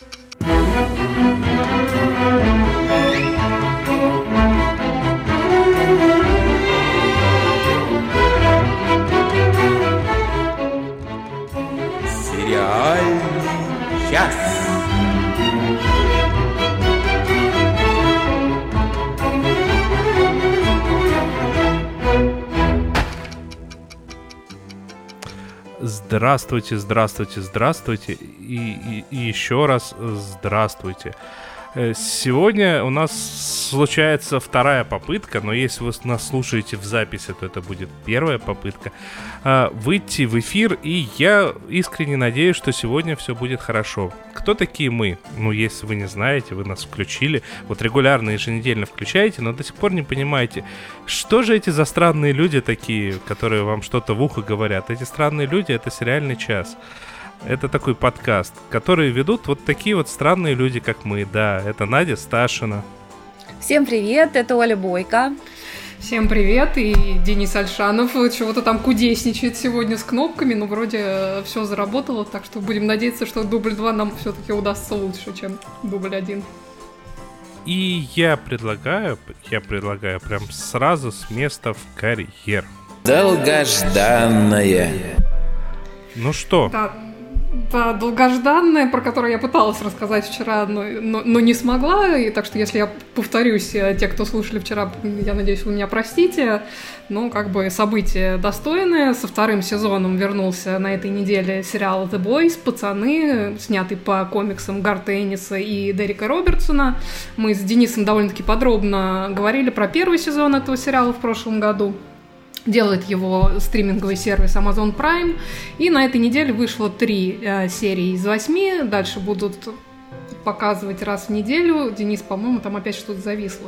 Сериальный час. Здравствуйте, здравствуйте, здравствуйте и еще раз здравствуйте. Сегодня у нас случается вторая попытка, но если вы нас слушаете в записи, то это будет первая попытка выйти в эфир, и я искренне надеюсь, что сегодня все будет хорошо. Кто такие мы? Ну, если вы не знаете, вы нас включили, вот регулярно, еженедельно включаете, но до сих пор не понимаете, что же эти за странные люди такие, которые вам что-то в ухо говорят. Эти странные люди — это «Сериальный час». Это такой подкаст, который ведут вот такие вот странные люди, как мы. Да, это Надя Сташина. Всем привет, это Оля Бойко. Всем привет, и Денис Альшанов чего-то там кудесничает сегодня с кнопками, но вроде все заработало, так что будем надеяться, что дубль 2 нам все-таки удастся лучше, чем дубль 1. И я предлагаю прям сразу с места в карьер. Долгожданное. Ну что? Да, долгожданное, про которое я пыталась рассказать вчера, но не смогла, и так что если я повторюсь, те, кто слушали вчера, я надеюсь, вы меня простите, но как бы событие достойное. Со вторым сезоном вернулся на этой неделе сериал The Boys, «Пацаны», снятый по комиксам Гарта Энниса и Дерека Робертсона. Мы с Денисом довольно-таки подробно говорили про первый сезон этого сериала в прошлом году. Делает его стриминговый сервис Amazon Prime. И на этой неделе вышло 3 серии из 8. Дальше будут показывать раз в неделю. Денис, по-моему, там опять что-то зависло.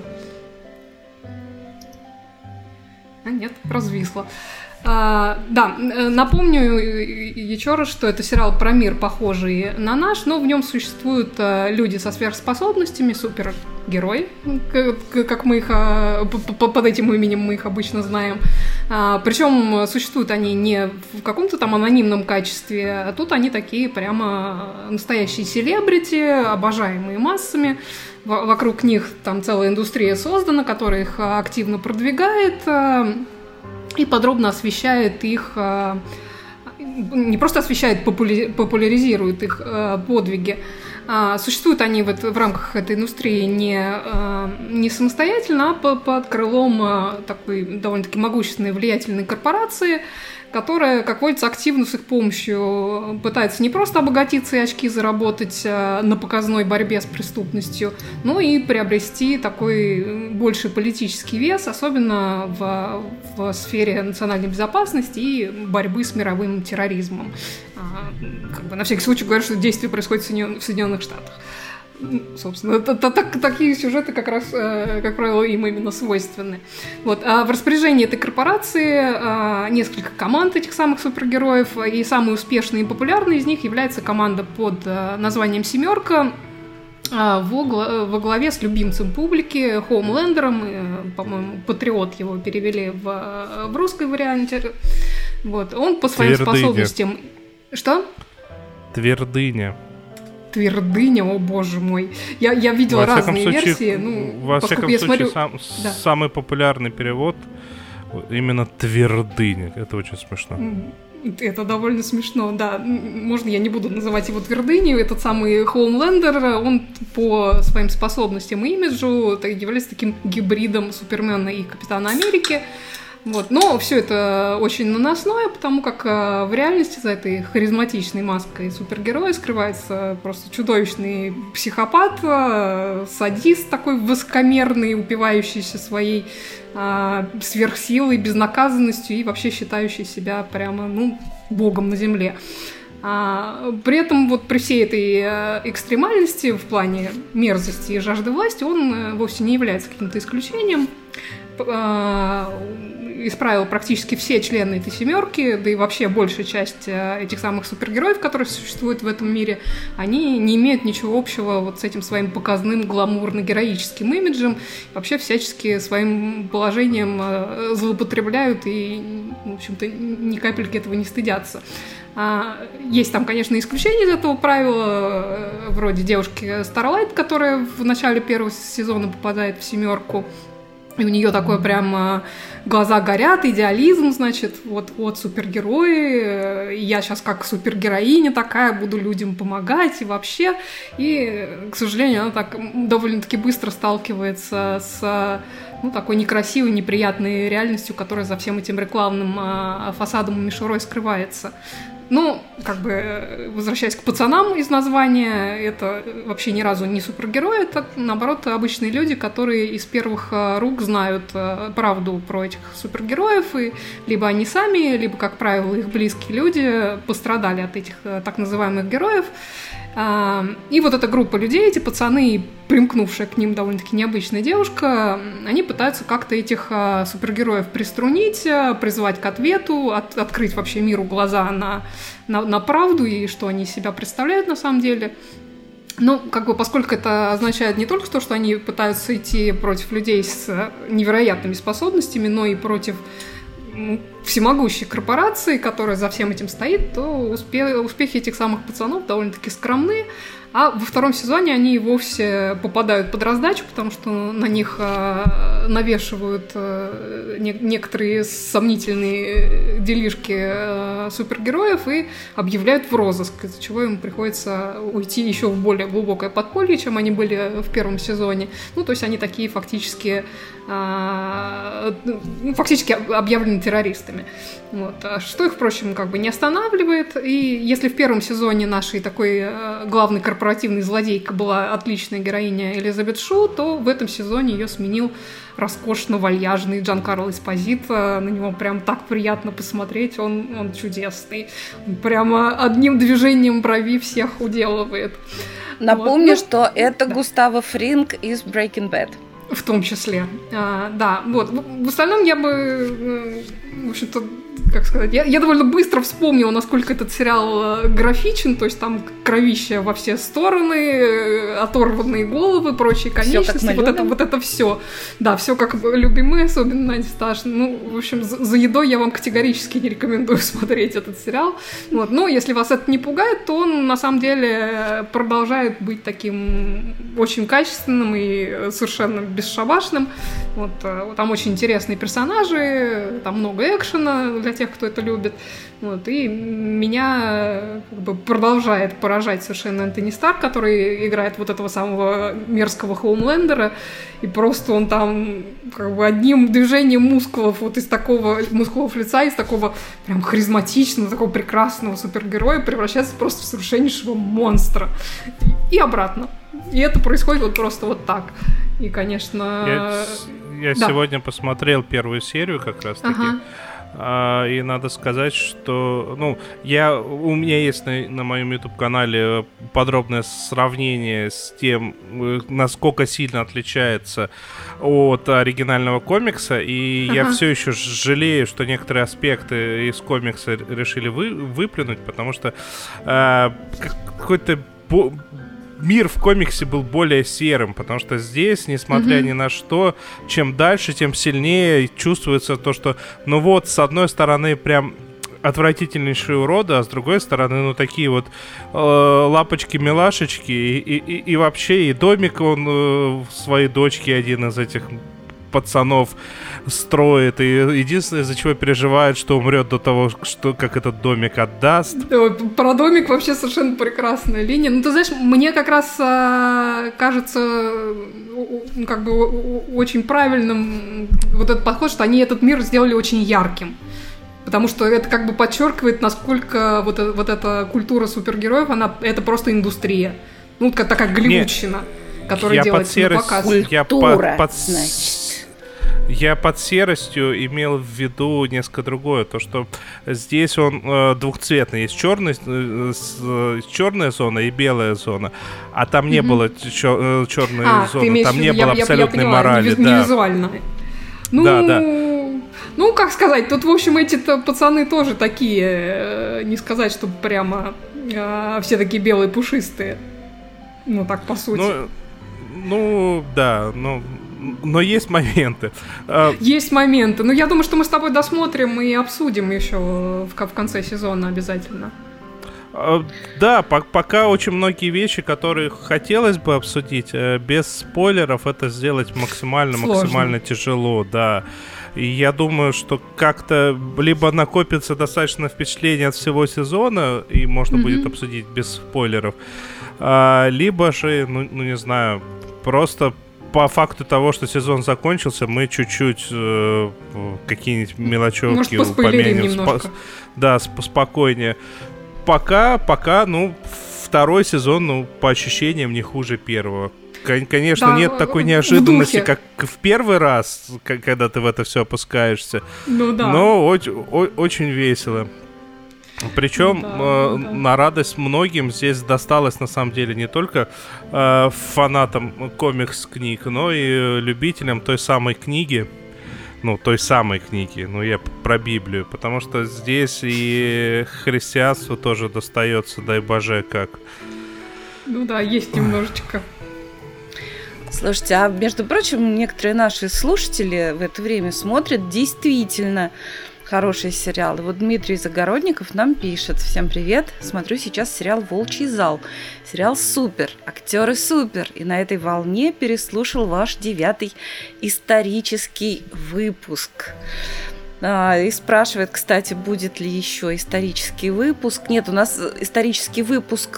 Нет, развисло. Да, напомню еще раз, что это сериал про мир, похожий на наш, но в нем существуют люди со сверхспособностями, супергерои, как мы их, под этим именем мы их обычно знаем. Причем существуют они не в каком-то там анонимном качестве, а тут они такие прямо настоящие селебрити, обожаемые массами. Вокруг них там целая индустрия создана, которая их активно продвигает и подробно освещает их, не просто освещает, популяризирует их подвиги. Существуют они в рамках этой индустрии не самостоятельно, а под крылом такой довольно-таки могущественной влиятельной корпорации, которая, как водится, активно с их помощью пытается не просто обогатиться и очки заработать на показной борьбе с преступностью, но и приобрести такой больший политический вес, особенно в сфере национальной безопасности и борьбы с мировым терроризмом. Как бы на всякий случай говорю, что действие происходит в Соединенных Штатах. Собственно, такие сюжеты как раз, как правило, им именно свойственны. Вот. А в распоряжении этой корпорации несколько команд этих самых супергероев, и самой успешной и популярной из них является команда под названием «Семерка», во главе с любимцем публики, Хоумлендером, по-моему, «Патриот» его перевели в русской варианте. Вот. Он по своим способностям... Что? Твердыня, о боже мой. Я видела разные случае, версии. Во всяком случае, самый популярный перевод именно «Твердыня». Это очень смешно. Это довольно смешно, да. Можно я не буду называть его твердыней. Этот самый Хоумлендер, он по своим способностям и имиджу является таким гибридом Супермена и Капитана Америки. Вот. Но все это очень наносное, потому как в реальности за этой харизматичной маской супергероя скрывается просто чудовищный психопат, садист такой высокомерный, упивающийся своей сверхсилой, безнаказанностью и вообще считающий себя прямо, богом на земле. При этом вот при всей этой экстремальности в плане мерзости и жажды власти он вовсе не является каким-то исключением. Исправил практически все члены этой семерки, да и вообще большая часть этих самых супергероев, которые существуют в этом мире, они не имеют ничего общего вот с этим своим показным гламурно-героическим имиджем, вообще всячески своим положением злоупотребляют и, в общем-то, ни капельки этого не стыдятся. Есть там, конечно, исключения из этого правила, вроде девушки Starlight, которая в начале первого сезона попадает в 7, и у нее такое прям глаза горят, идеализм, значит, вот супергерои, я сейчас как супергероиня такая буду людям помогать и вообще. И, к сожалению, она так довольно-таки быстро сталкивается с такой некрасивой, неприятной реальностью, которая за всем этим рекламным фасадом и мишурой скрывается. Возвращаясь к пацанам из названия, это вообще ни разу не супергерои, это, наоборот, обычные люди, которые из первых рук знают правду про этих супергероев, и либо они сами, либо, как правило, их близкие люди пострадали от этих так называемых героев. И вот эта группа людей, эти пацаны, примкнувшая к ним довольно-таки необычная девушка, они пытаются как-то этих супергероев приструнить, призвать к ответу, открыть вообще миру глаза на правду и что они из себя представляют на самом деле. Поскольку это означает не только то, что они пытаются идти против людей с невероятными способностями, но и против всемогущей корпорации, которая за всем этим стоит, то успехи этих самых пацанов довольно-таки скромны. А во 2 сезоне они и вовсе попадают под раздачу, потому что на них навешивают некоторые сомнительные делишки супергероев и объявляют в розыск, из-за чего им приходится уйти еще в более глубокое подполье, чем они были в 1 сезоне. То есть они такие фактически объявлены террористами. Что их, впрочем, не останавливает. И если в 1 сезоне нашей такой главной корпоративной злодейкой была отличная героиня Элизабет Шу, то в этом сезоне ее сменил роскошно-вальяжный Джанкарло Эспозито. На него прям так приятно посмотреть, он чудесный. Он прямо одним движением брови всех уделывает. Напомню, что это Густаво Фринг из Breaking Bad. В том числе, да. В остальном я бы, в общем-то, как сказать, я довольно быстро вспомнила, насколько этот сериал графичен, то есть там кровища во все стороны, оторванные головы, прочие конечности, вот это все. Да, все как любим мы, особенно Надя Сташина. В общем, за едой я вам категорически не рекомендую смотреть этот сериал. Но если вас это не пугает, то он на самом деле продолжает быть таким очень качественным и совершенно бесшабашным. Там очень интересные персонажи, там много экшена для тех, кто это любит. И меня продолжает поражать совершенно Энтони Старк, который играет вот этого самого мерзкого Хоумлендера, и просто он там одним движением мускулов из такого мускулов лица, из такого прям харизматичного, такого прекрасного супергероя превращается просто в совершеннейшего монстра. И обратно. И это происходит просто вот так. И, конечно... Я сегодня посмотрел 1 серию как раз-таки. И надо сказать, что у меня есть на моем YouTube-канале подробное сравнение с тем, насколько сильно отличается от оригинального комикса, и я все еще жалею, что некоторые аспекты из комикса решили выплюнуть, потому что какой-то мир в комиксе был более серым, потому что здесь, несмотря ни на что, чем дальше, тем сильнее чувствуется то, что, с одной стороны, прям отвратительнейшие уроды, а с другой стороны, такие вот лапочки-милашечки, и вообще, и домик он своей дочке один из этих пацанов строит, и единственное, из-за чего переживает, что умрет до того, как этот домик отдаст. Про домик вообще совершенно прекрасная линия. Ты знаешь, мне как раз кажется очень правильным вот этот подход, что они этот мир сделали очень ярким. Потому что это подчеркивает, насколько вот эта культура супергероев, это просто индустрия. Такая голливудщина, которая делается на показ. Культура, значит. Я под серостью имел в виду несколько другое. То, что здесь он двухцветный. Есть черная зона и белая зона. А там не было черной зоны. Там не было абсолютной морали. Не визуально. Да. Как сказать, тут, в общем, эти-то пацаны тоже такие, не сказать, что прямо все такие белые пушистые. Так, по сути. Да, но есть моменты. Есть моменты. Я думаю, что мы с тобой досмотрим и обсудим еще в конце сезона обязательно. Да, пока очень многие вещи, которые хотелось бы обсудить, без спойлеров это сделать максимально тяжело, да. И я думаю, что как-то либо накопится достаточно впечатлений от всего сезона, и можно будет обсудить без спойлеров, либо же, ну не знаю, просто по факту того, что сезон закончился, мы чуть-чуть какие-нибудь мелочевки упомянем. Да, спокойнее. Пока, ну, второй сезон, ну, по ощущениям, не хуже первого. Конечно, да, нет такой неожиданности, как в первый раз, когда ты в это все опускаешься. Ну да. Но очень весело. Причем на радость многим здесь досталось, на самом деле, не только фанатам комикс-книг, но и любителям той самой книги. Ну, той самой книги, ну, я про Библию, потому что здесь и христианству тоже достается, дай боже, как. Ну да, есть немножечко. Слушайте, а между прочим, некоторые наши слушатели в это время смотрят действительно хорошие сериалы. Вот Дмитрий Загородников нам пишет: всем привет, смотрю сейчас сериал «Волчий зал». Сериал супер, актеры супер. И на этой волне переслушал ваш 9-й исторический выпуск. И спрашивает, кстати, будет ли еще исторический выпуск. Нет, у нас исторический выпуск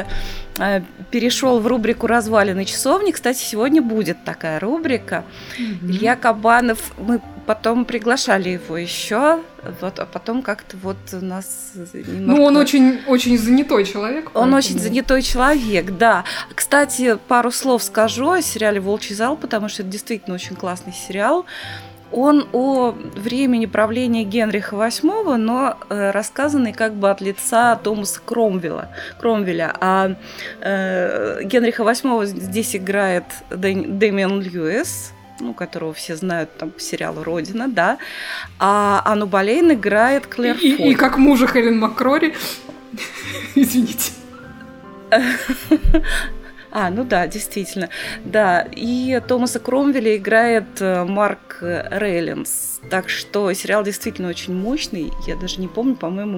перешел в рубрику «Развалины часовни». Кстати, сегодня будет такая рубрика. Илья Кабанов, мы потом приглашали его еще, вот, а потом как-то вот у нас немножко... Ну, он очень занятой человек. Он очень занятой человек, да. Кстати, пару слов скажу о сериале «Волчий зал», потому что это действительно очень классный сериал. Он о времени правления Генриха VIII, но рассказанный как бы от лица Томаса Кромвеля. А Генриха VIII здесь играет Дэмиан Льюис, ну, которого все знают там по сериалу «Родина», да. А Анну Болейн играет Клэр Фой. И как мужа Хелен МакКрори. Извините. Ну да, действительно. Да, и Томаса Кромвеля играет Марк Рейлинс. Так что сериал действительно очень мощный. Я даже не помню, по-моему,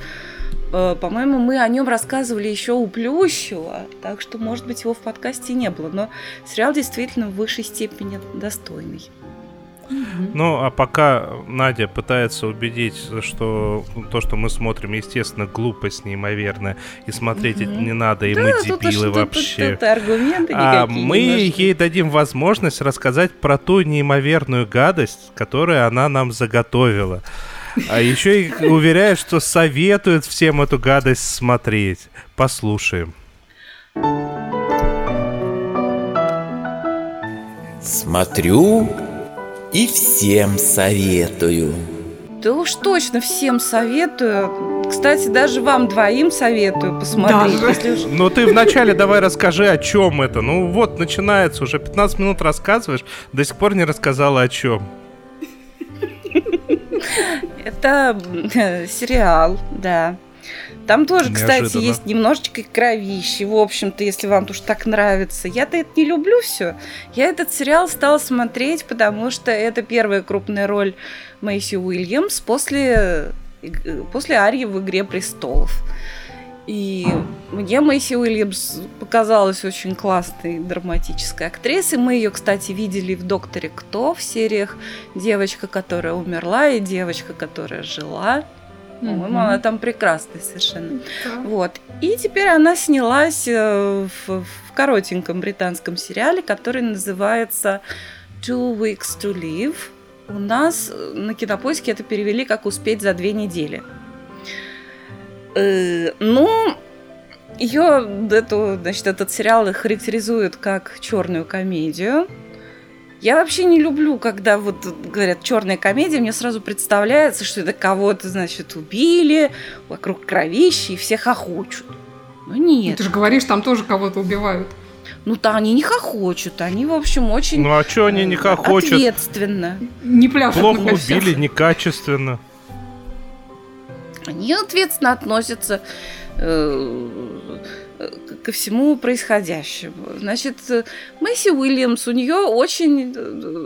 мы о нем рассказывали еще у Плющева, так что, может быть, его в подкасте не было. Но сериал действительно в высшей степени достойный. Ну, а пока Надя пытается убедить, что то, что мы смотрим, естественно, глупость неимоверная, и смотреть это не надо, и мы дебилы вообще. Тут аргументы никакие. Мы ей дадим возможность рассказать про ту неимоверную гадость, которую она нам заготовила. А еще и уверяет, что советует всем эту гадость смотреть. Послушаем. Смотрю и всем советую. Да уж точно всем советую. Кстати, даже вам двоим советую посмотреть. Ну ты вначале давай расскажи, о чем это. Ну вот, начинается, уже 15 минут рассказываешь, до сих пор не рассказала о чем. Это сериал, да. Там тоже, кстати, есть немножечко кровищи. В общем-то, если вам уж так нравится. Я-то это не люблю все. Я этот сериал стала смотреть, потому что это первая крупная роль Мэйси Уильямс после Арьи в «Игре престолов». И мне Мэйси Уильямс показалась очень классной драматической актрисой. Мы ее, кстати, видели в «Докторе Кто» в сериях «Девочка, которая умерла» и «Девочка, которая жила». По-моему, она там прекрасная совершенно. Вот. И теперь она снялась в коротеньком британском сериале, который называется «Two Weeks to Live». У нас на Кинопоиске это перевели как «Успеть за 2 недели». Этот сериал характеризуют как черную комедию. Я вообще не люблю, когда вот говорят черная комедия, мне сразу представляется, что это кого-то, значит, убили, вокруг кровищи, и все хохочут. Ну нет. Ты же говоришь, там тоже кого-то убивают. Ну да, они не хохочут, они, в общем, очень ну а что они не хохочут? Ответственно. Не пляшут. Плохо убили, некачественно. Они ответственно относятся ко всему происходящему. Значит, Мэйси Уильямс, у нее очень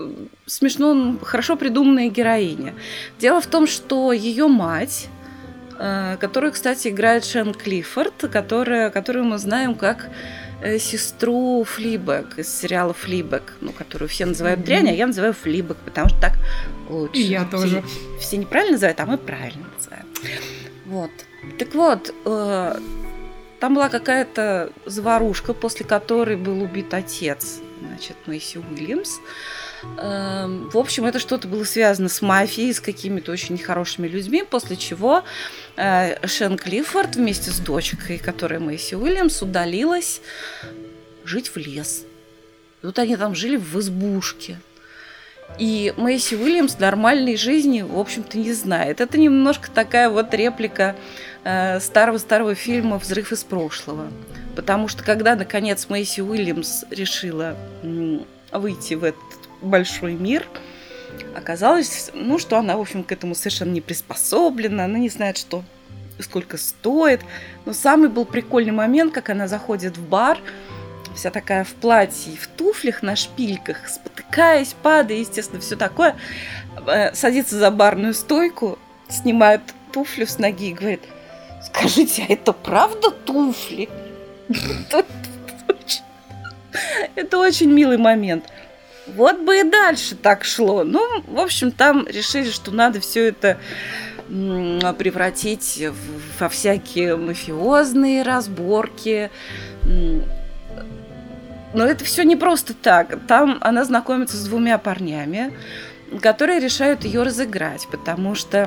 хорошо придуманная героиня. Дело в том, что ее мать, которую, кстати, играет Шен Клиффорд, которую мы знаем как сестру Флибэг из сериала Флибэг, которую все называют дрянь, а я называю Флибэг, потому что так лучше. И я тоже. Все неправильно называют, а мы правильно называем. Вот. Так вот, там была какая-то заварушка, после которой был убит отец, Мэйси Уильямс. В общем, это что-то было связано с мафией, с какими-то очень нехорошими людьми, после чего Шен Клиффорд вместе с дочкой, которая Мэйси Уильямс, удалилась жить в лес. И вот они там жили в избушке. И Мэйси Уильямс нормальной жизни, в общем-то, не знает. Это немножко такая вот реплика старого-старого фильма «Взрыв из прошлого». Потому что когда, наконец, Мэйси Уильямс решила выйти в этот большой мир, оказалось, что она, в общем, к этому совершенно не приспособлена, она не знает, сколько стоит. Но самый был прикольный момент, как она заходит в бар, вся такая в платье и в туфлях на шпильках, спотыкаясь, падая, естественно, все такое, садится за барную стойку, снимает туфлю с ноги и говорит: «Скажите, а это правда туфли?» Это очень милый момент. Вот бы и дальше так шло. В общем, там решили, что надо все это превратить во всякие мафиозные разборки. Но это все не просто так. Там она знакомится с двумя парнями, которые решают ее разыграть, потому что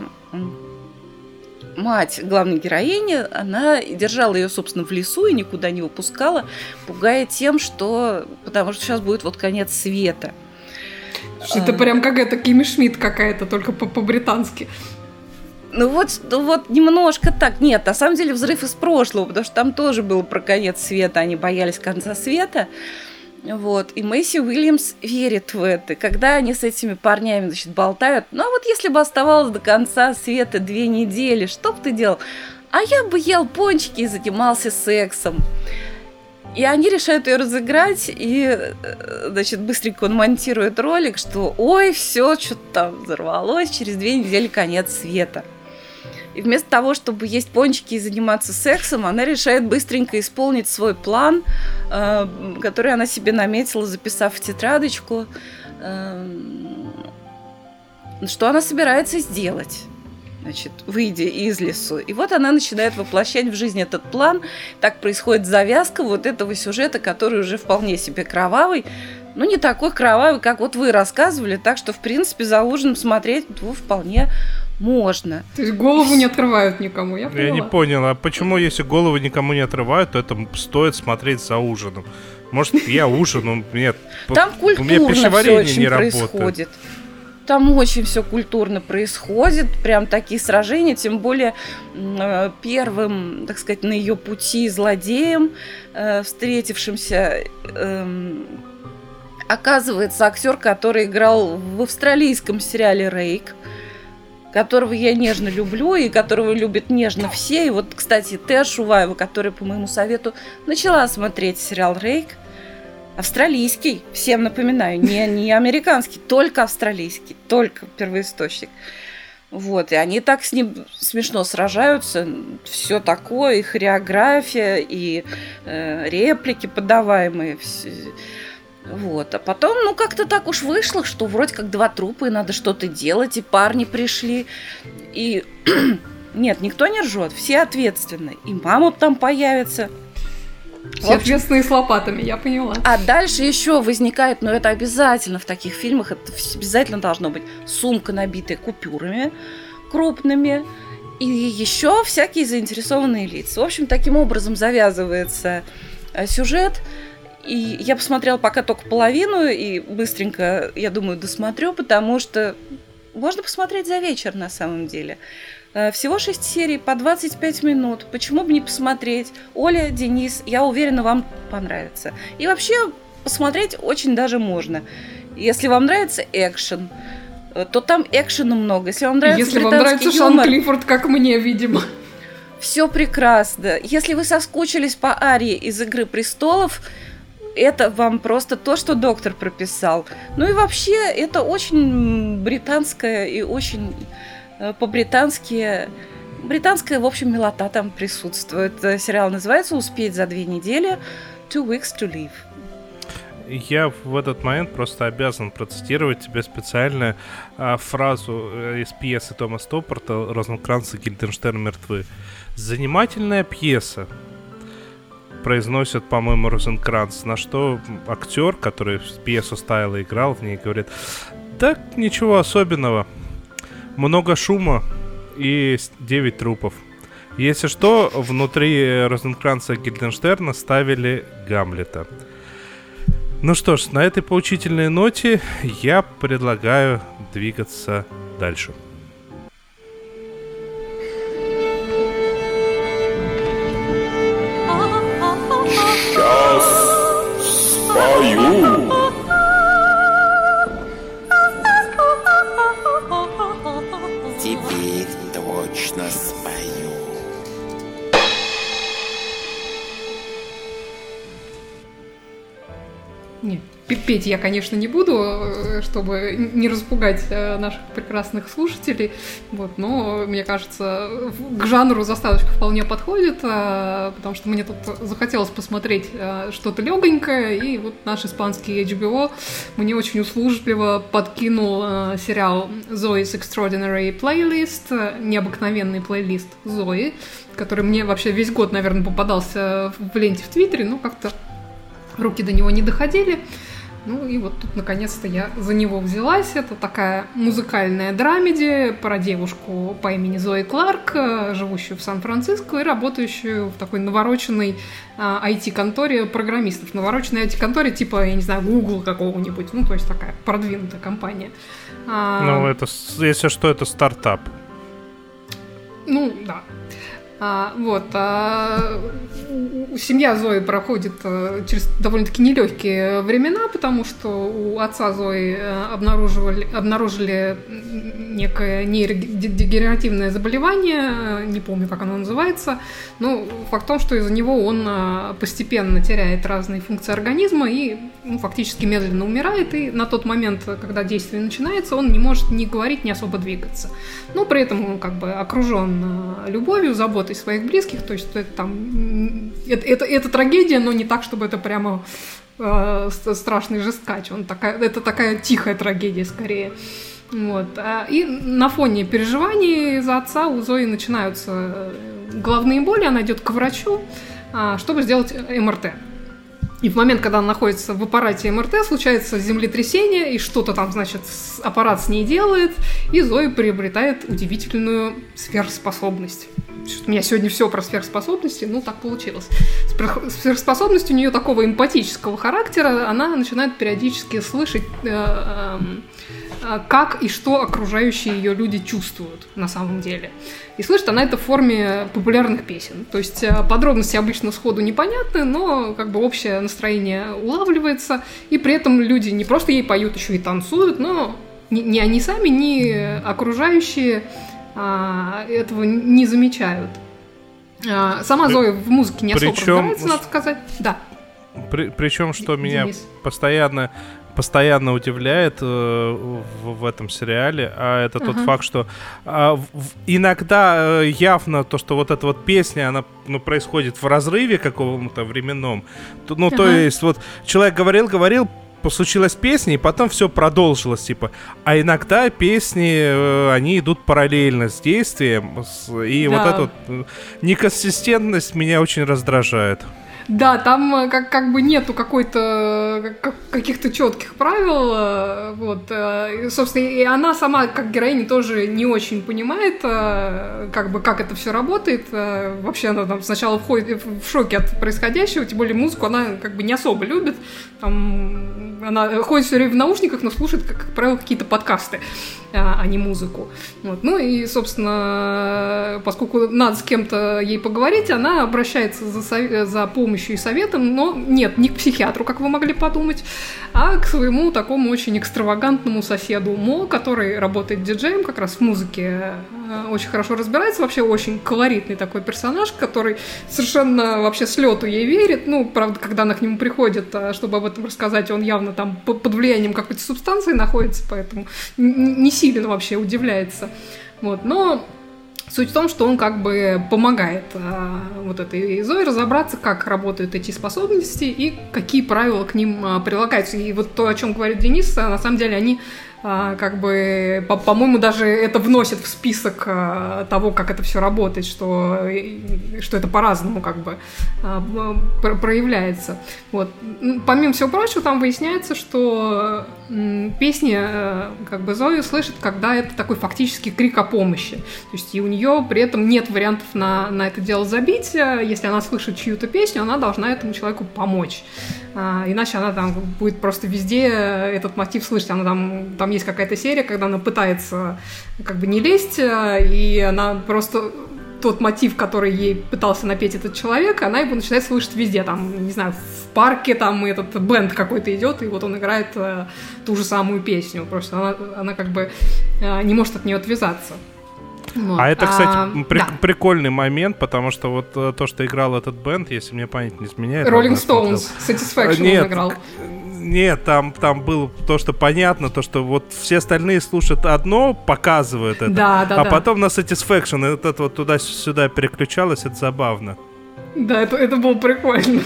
мать главной героини, она держала ее, собственно, в лесу и никуда не выпускала, пугая тем, потому что сейчас будет вот конец света. Это прям какая-то Кимми Шмидт какая-то, только по-британски. Вот немножко так. Нет, на самом деле «Взрыв из прошлого», потому что там тоже было про конец света, они боялись конца света. Вот. И Мэйси Уильямс верит в это. Когда они с этими парнями, болтают, вот если бы оставалось до конца света 2 недели, что бы ты делал? А я бы ел пончики и занимался сексом. И они решают ее разыграть, и, быстренько он монтирует ролик, что ой, все, что-то там взорвалось, через 2 недели конец света. И вместо того, чтобы есть пончики и заниматься сексом, она решает быстренько исполнить свой план, который она себе наметила, записав в тетрадочку, что она собирается сделать, выйдя из лесу. И вот она начинает воплощать в жизнь этот план. Так происходит завязка вот этого сюжета, который уже вполне себе кровавый, но не такой кровавый, как вот вы рассказывали, так что, в принципе, за ужином смотреть вполне можно. То есть голову не отрывают никому, я поняла. Я не понял, а почему, если голову никому не отрывают, то это стоит смотреть за ужином? Может, я ужину, нет. Там у меня пищеварение все очень не происходит. Работает. Там очень все культурно происходит, прям такие сражения, тем более первым, так сказать, на ее пути злодеем, встретившимся, оказывается актер, который играл в австралийском сериале «Рейк», которого я нежно люблю и которого любят нежно все. И вот, кстати, Теа Шуваева, которая, по моему совету, начала смотреть сериал «Рейк», австралийский, всем напоминаю, не американский, только австралийский, только первоисточник. Вот, и они так с ним смешно сражаются, все такое, и хореография, и реплики подаваемые, все. Вот, а потом, как-то так уж вышло, что вроде как 2 трупа, и надо что-то делать, и парни пришли, и нет, никто не ржет, все ответственны, и мама там появится. Все ответственные с лопатами, я поняла. А дальше еще возникает, это обязательно в таких фильмах, это обязательно должно быть сумка, набитая купюрами крупными, и еще всякие заинтересованные лица. В общем, таким образом завязывается сюжет. И я посмотрела пока только половину, и быстренько, я думаю, досмотрю, потому что можно посмотреть за вечер на самом деле. Всего 6 серий по 25 минут. Почему бы не посмотреть? Оля, Денис, я уверена, вам понравится. И вообще посмотреть очень даже можно. Если вам нравится экшен, то там экшена много. Если вам нравится Шон Клиффорд, как мне, видимо. Все прекрасно. Если вы соскучились по Арии из «Игры престолов», это вам просто то, что доктор прописал. И вообще, это очень британское и очень по-британски британская, в общем, милота там присутствует. Сериал называется «Успеть за 2 недели», «2 weeks to live». Я в этот момент просто обязан процитировать тебе специально фразу из пьесы Тома Стоппорта «Розенкранц и Гильденштерн мертвы». Занимательная пьеса, произносит, по-моему, Розенкранц, на что актер, который пьесу ставил и играл в ней, говорит: да ничего особенного, много шума и 9 трупов. Если что, внутри Розенкранца и Гильденштерна ставили Гамлета. Ну что ж, на этой поучительной ноте я предлагаю двигаться дальше. Сейчас спою. Теперь точно спою. Нет, петь я, конечно, не буду, чтобы не распугать наших прекрасных слушателей, вот, но, мне кажется, к жанру заставочка вполне подходит, потому что мне тут захотелось посмотреть что-то легонькое, и вот наш испанский HBO мне очень услужливо подкинул сериал Zoe's Extraordinary Playlist, необыкновенный плейлист Зои, который мне вообще весь год, наверное, попадался в ленте в Твиттере, но как-то руки до него не доходили. Ну и вот тут наконец-то я за него взялась. Это такая музыкальная драмеди про девушку по имени Зои Кларк, живущую в Сан-Франциско и работающую в такой навороченной IT-конторе программистов. Навороченной IT-конторе типа, я не знаю, Google какого-нибудь. Ну, то есть такая продвинутая компания. Ну, это, если что, это стартап. Ну, да. Семья Зои проходит через довольно-таки нелегкие времена, потому что у отца Зои обнаружили некое нейродегенеративное заболевание, не помню, как оно называется, но факт в том, что из-за него он постепенно теряет разные функции организма и фактически медленно умирает, и на тот момент, когда действие начинается, он не может ни говорить, ни особо двигаться. Но при этом он как бы окружен любовью, заботой своих близких, то есть это трагедия, но не так, чтобы это прямо страшный жесткач. Это такая тихая трагедия скорее. Вот. И на фоне переживаний за отца у Зои начинаются головные боли, она идет к врачу, чтобы сделать МРТ. И в момент, когда она находится в аппарате МРТ, случается землетрясение, и что-то там, значит, аппарат с ней делает, и Зоя приобретает удивительную сверхспособность. У меня сегодня все про сверхспособности, ну, так получилось. Сверхспособность у нее такого эмпатического характера, она начинает периодически слышать, как и что окружающие ее люди чувствуют на самом деле. И слышит она это в форме популярных песен. То есть подробности обычно сходу непонятны, но как бы общее настроение улавливается, и при этом люди не просто ей поют, еще и танцуют, но ни они сами, ни окружающие этого не замечают. Сама Зоя в музыке не особо разбирается, надо сказать. Да. Причем, что меня постоянно удивляет в этом сериале, это тот факт, что иногда явно то, что вот эта вот песня, она происходит в разрыве каком-то временном. То есть вот человек говорил, случилась песня, и потом все продолжилось, типа. А иногда песни, они идут параллельно с действием, и вот эта вот неконсистентность меня очень раздражает. Да, там как бы нету каких-то четких правил, вот, и, собственно, и она сама, как героиня, тоже не очень понимает, как это все работает, вообще она там сначала входит в шоке от происходящего, тем более музыку она как бы не особо любит, там, она ходит все время в наушниках, но слушает, как правило, какие-то подкасты, а не музыку, вот. Ну и, собственно, поскольку надо с кем-то ей поговорить, она обращается за помощью и советом, но нет, не к психиатру, как вы могли подумать, а к своему такому очень экстравагантному соседу Мо, который работает диджеем, как раз в музыке очень хорошо разбирается, вообще очень колоритный такой персонаж, который совершенно вообще с лету ей верит, ну, правда, когда она к нему приходит, чтобы об этом рассказать, он явно там под влиянием какой-то субстанции находится, поэтому не сильно вообще удивляется, вот, но Суть в том, что он как бы помогает вот этой Зое разобраться, как работают эти способности и какие правила к ним прилагаются. И вот то, о чем говорит Денис, на самом деле они как бы, по-моему, даже это вносит в список того, как это все работает, что это по-разному как бы проявляется. Вот. Помимо всего прочего, там выясняется, что песни как бы Зои слышит, когда это такой фактически крик о помощи. То есть и у нее при этом нет вариантов на это дело забить. Если она слышит чью-то песню, она должна этому человеку помочь. Иначе она там будет просто везде этот мотив слышать. Она там есть какая-то серия, когда она пытается как бы не лезть, и она просто тот мотив, который ей пытался напеть этот человек, она его начинает слышать везде. Там, не знаю, в парке там этот бэнд какой-то идет, и вот он играет ту же самую песню. Просто она как бы не может от нее отвязаться. Вот. А это, кстати, прикольный момент, потому что вот то, что играл этот бэнд, если мне память не изменяет... Rolling Stones, Satisfaction он играл. Нет, там было то, что понятно, то, что вот все остальные слушают одно, показывают это, потом на Satisfaction это вот туда-сюда переключалось, это забавно. Да, это было прикольно.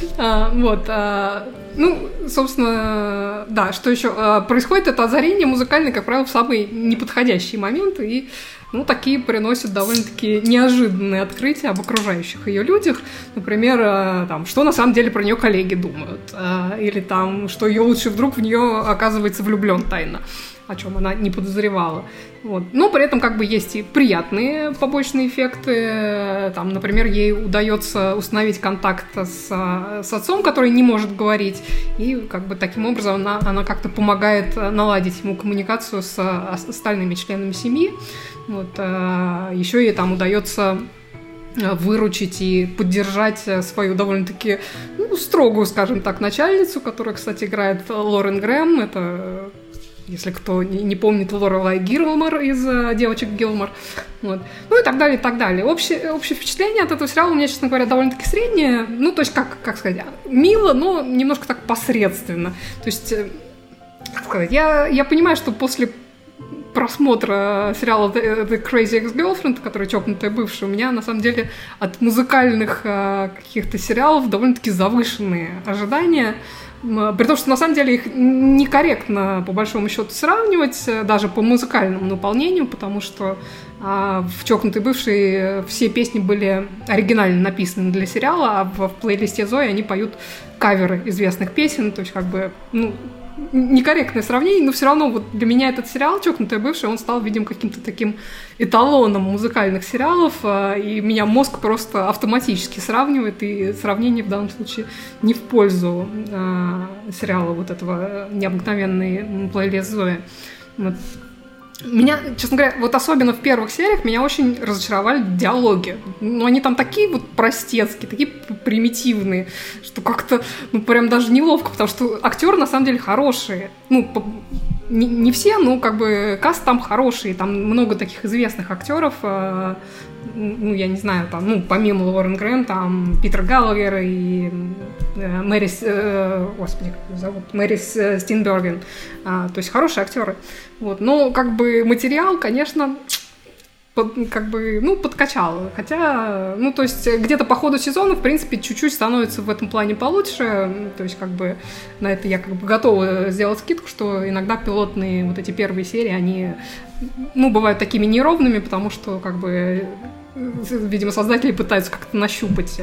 Ну, собственно, да, что еще? Происходит это озарение музыкальное, как правило, в самые неподходящие моменты, и такие приносят довольно-таки неожиданные открытия об окружающих ее людях. Например, что на самом деле про нее коллеги думают. Или что ее лучший друг в нее оказывается влюблен тайно, о чем она не подозревала. Вот. Но при этом как бы есть и приятные побочные эффекты. Например, ей удается установить контакт с отцом, который не может говорить, и как бы таким образом она как-то помогает наладить ему коммуникацию с остальными членами семьи. Вот. Еще ей удается выручить и поддержать свою довольно-таки строгую, скажем так, начальницу, которая, кстати, играет Лорен Грэм. Это, если кто не помнит, Лорелай Гилмор из «Девочек Гилмор». Вот. Ну и так далее, и так далее. Общее впечатление от этого сериала у меня, честно говоря, довольно-таки среднее. То есть, как сказать, мило, но немножко так посредственно. То есть, как сказать, я понимаю, что после просмотра сериала The Crazy Ex-Girlfriend, который чокнутая бывшая, у меня, на самом деле, от музыкальных каких-то сериалов довольно-таки завышенные ожидания. При том, что, на самом деле, их некорректно, по большому счету, сравнивать, даже по музыкальному наполнению, потому что в «Чокнутой бывшей» все песни были оригинально написаны для сериала, а в плейлисте Зои они поют каверы известных песен, то есть, как бы, некорректное сравнение, но все равно вот для меня этот сериал «Чокнутая бывшая», он стал, видимо, каким-то таким эталоном музыкальных сериалов, и меня мозг просто автоматически сравнивает, и сравнение в данном случае не в пользу сериала вот этого «Необыкновенный плейлист Зои». Вот. Меня, честно говоря, вот особенно в первых сериях меня очень разочаровали диалоги. Они там такие вот простецкие, такие примитивные, что как-то, прям даже неловко, потому что актеры на самом деле хорошие. Не все, но как бы каст там хороший, там много таких известных актеров. Я не знаю, помимо Лорен Грэм, там Питер Галлагер и Мэрис Стинберген. То есть хорошие актеры. Вот. Но как бы материал, конечно, подкачал. Хотя, то есть где-то по ходу сезона, в принципе, чуть-чуть становится в этом плане получше. То есть, как бы, на это я как бы готова сделать скидку, что иногда пилотные вот эти первые серии, они, бывают такими неровными, потому что, как бы, видимо, создатели пытаются как-то нащупать,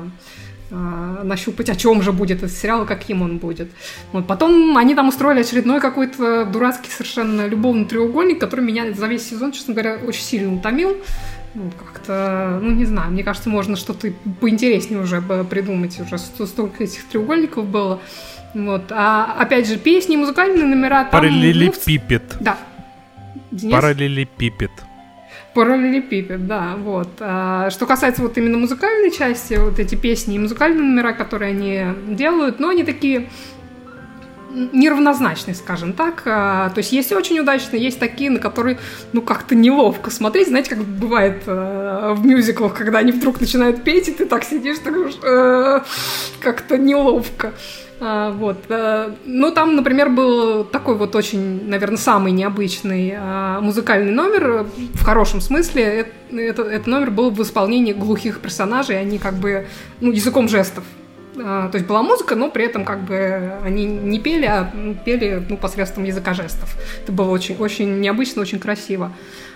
о чем же будет этот сериал и каким он будет. Вот. Потом они там устроили очередной какой-то дурацкий совершенно любовный треугольник, который меня за весь сезон, честно говоря, очень сильно утомил. Как-то, не знаю, мне кажется, можно что-то поинтереснее уже придумать. Уже столько этих треугольников было. Вот. А опять же, песни, музыкальные номера там... Параллелепипед. Да. Денис? Параллелепипед. Параллелепипед, да, вот. Что касается вот именно музыкальной части, вот эти песни и музыкальные номера, которые они делают, они такие, неравнозначный, скажем так. То есть есть очень удачные, есть такие, на которые, ну, как-то неловко смотреть. Знаете, как бывает в мюзиклах, когда они вдруг начинают петь, и ты так сидишь, так как-то неловко. Вот. Ну, там, например, был такой вот очень, наверное, самый необычный музыкальный номер, в хорошем смысле. Этот номер был в исполнении глухих персонажей, они как бы, ну, языком жестов. То есть была музыка, но при этом как бы они не пели, а пели, ну, посредством языка жестов. Это было очень, очень необычно, очень красиво.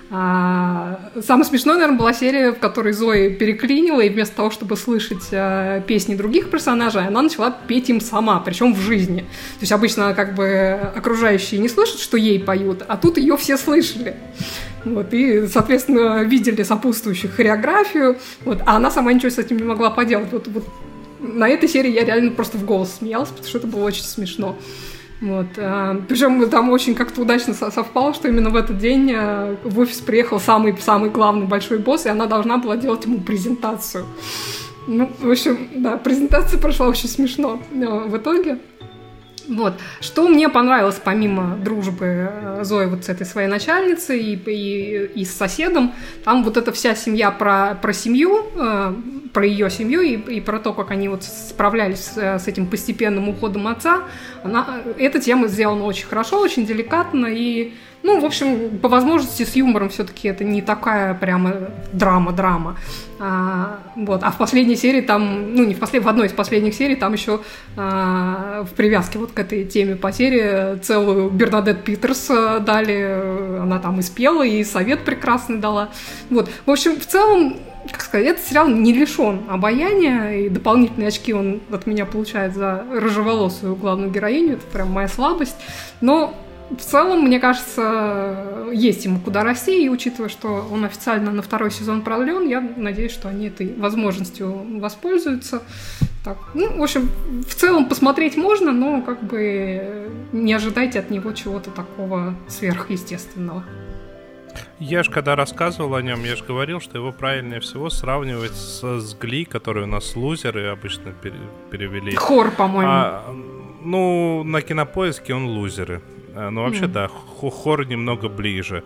Самой смешной, наверное, была серия, в которой Зои переклинила, и вместо того, чтобы слышать песни других персонажей, она начала петь им сама, причем в жизни. То есть обычно как бы окружающие не слышат, что ей поют, а тут ее все слышали. Вот, и, соответственно, видели сопутствующую хореографию, вот, а она сама ничего с этим не могла поделать. Вот на этой серии я реально просто в голос смеялась, потому что это было очень смешно. Вот. Причем там очень как-то удачно совпало, что именно в этот день в офис приехал самый главный большой босс, и она должна была делать ему презентацию. Ну, в общем, да, презентация прошла очень смешно в итоге. Вот. Что мне понравилось, помимо дружбы Зои вот с этой своей начальницей и с соседом, там вот эта вся семья про семью, про ее семью и про то, как они вот справлялись с этим постепенным уходом отца, эта тема сделана очень хорошо, очень деликатно и, ну, в общем, по возможности с юмором все-таки это не такая прямо драма. Вот. А в последней серии там, ну, в одной из последних серий там еще в привязке вот к этой теме потери целую Бернадет Питерс дали, она там и спела, и совет прекрасный дала. Вот. В общем, в целом, как сказать, этот сериал не лишен обаяния, и дополнительные очки он от меня получает за рыжеволосую главную героиню, это прям моя слабость, но в целом, мне кажется, есть ему куда расти, и учитывая, что он официально на 2-й сезон продлен, я надеюсь, что они этой возможностью воспользуются. Так. Ну, в общем, в целом посмотреть можно, но как бы не ожидайте от него чего-то такого сверхъестественного. Я же когда рассказывал о нем, я же говорил, что его правильнее всего сравнивать с Гли, который у нас лузеры обычно перевели. Хор, по-моему. Ну, на Кинопоиске он лузеры. Ну, вообще, да, хор немного ближе.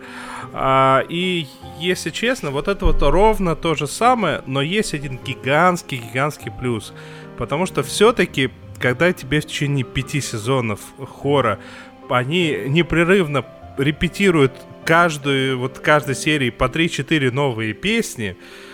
И, если честно, вот это вот ровно то же самое, но есть один гигантский плюс. Потому что все-таки, когда тебе в течение 5 сезонов хора, они непрерывно репетируют каждой серии по 3-4 новые песни,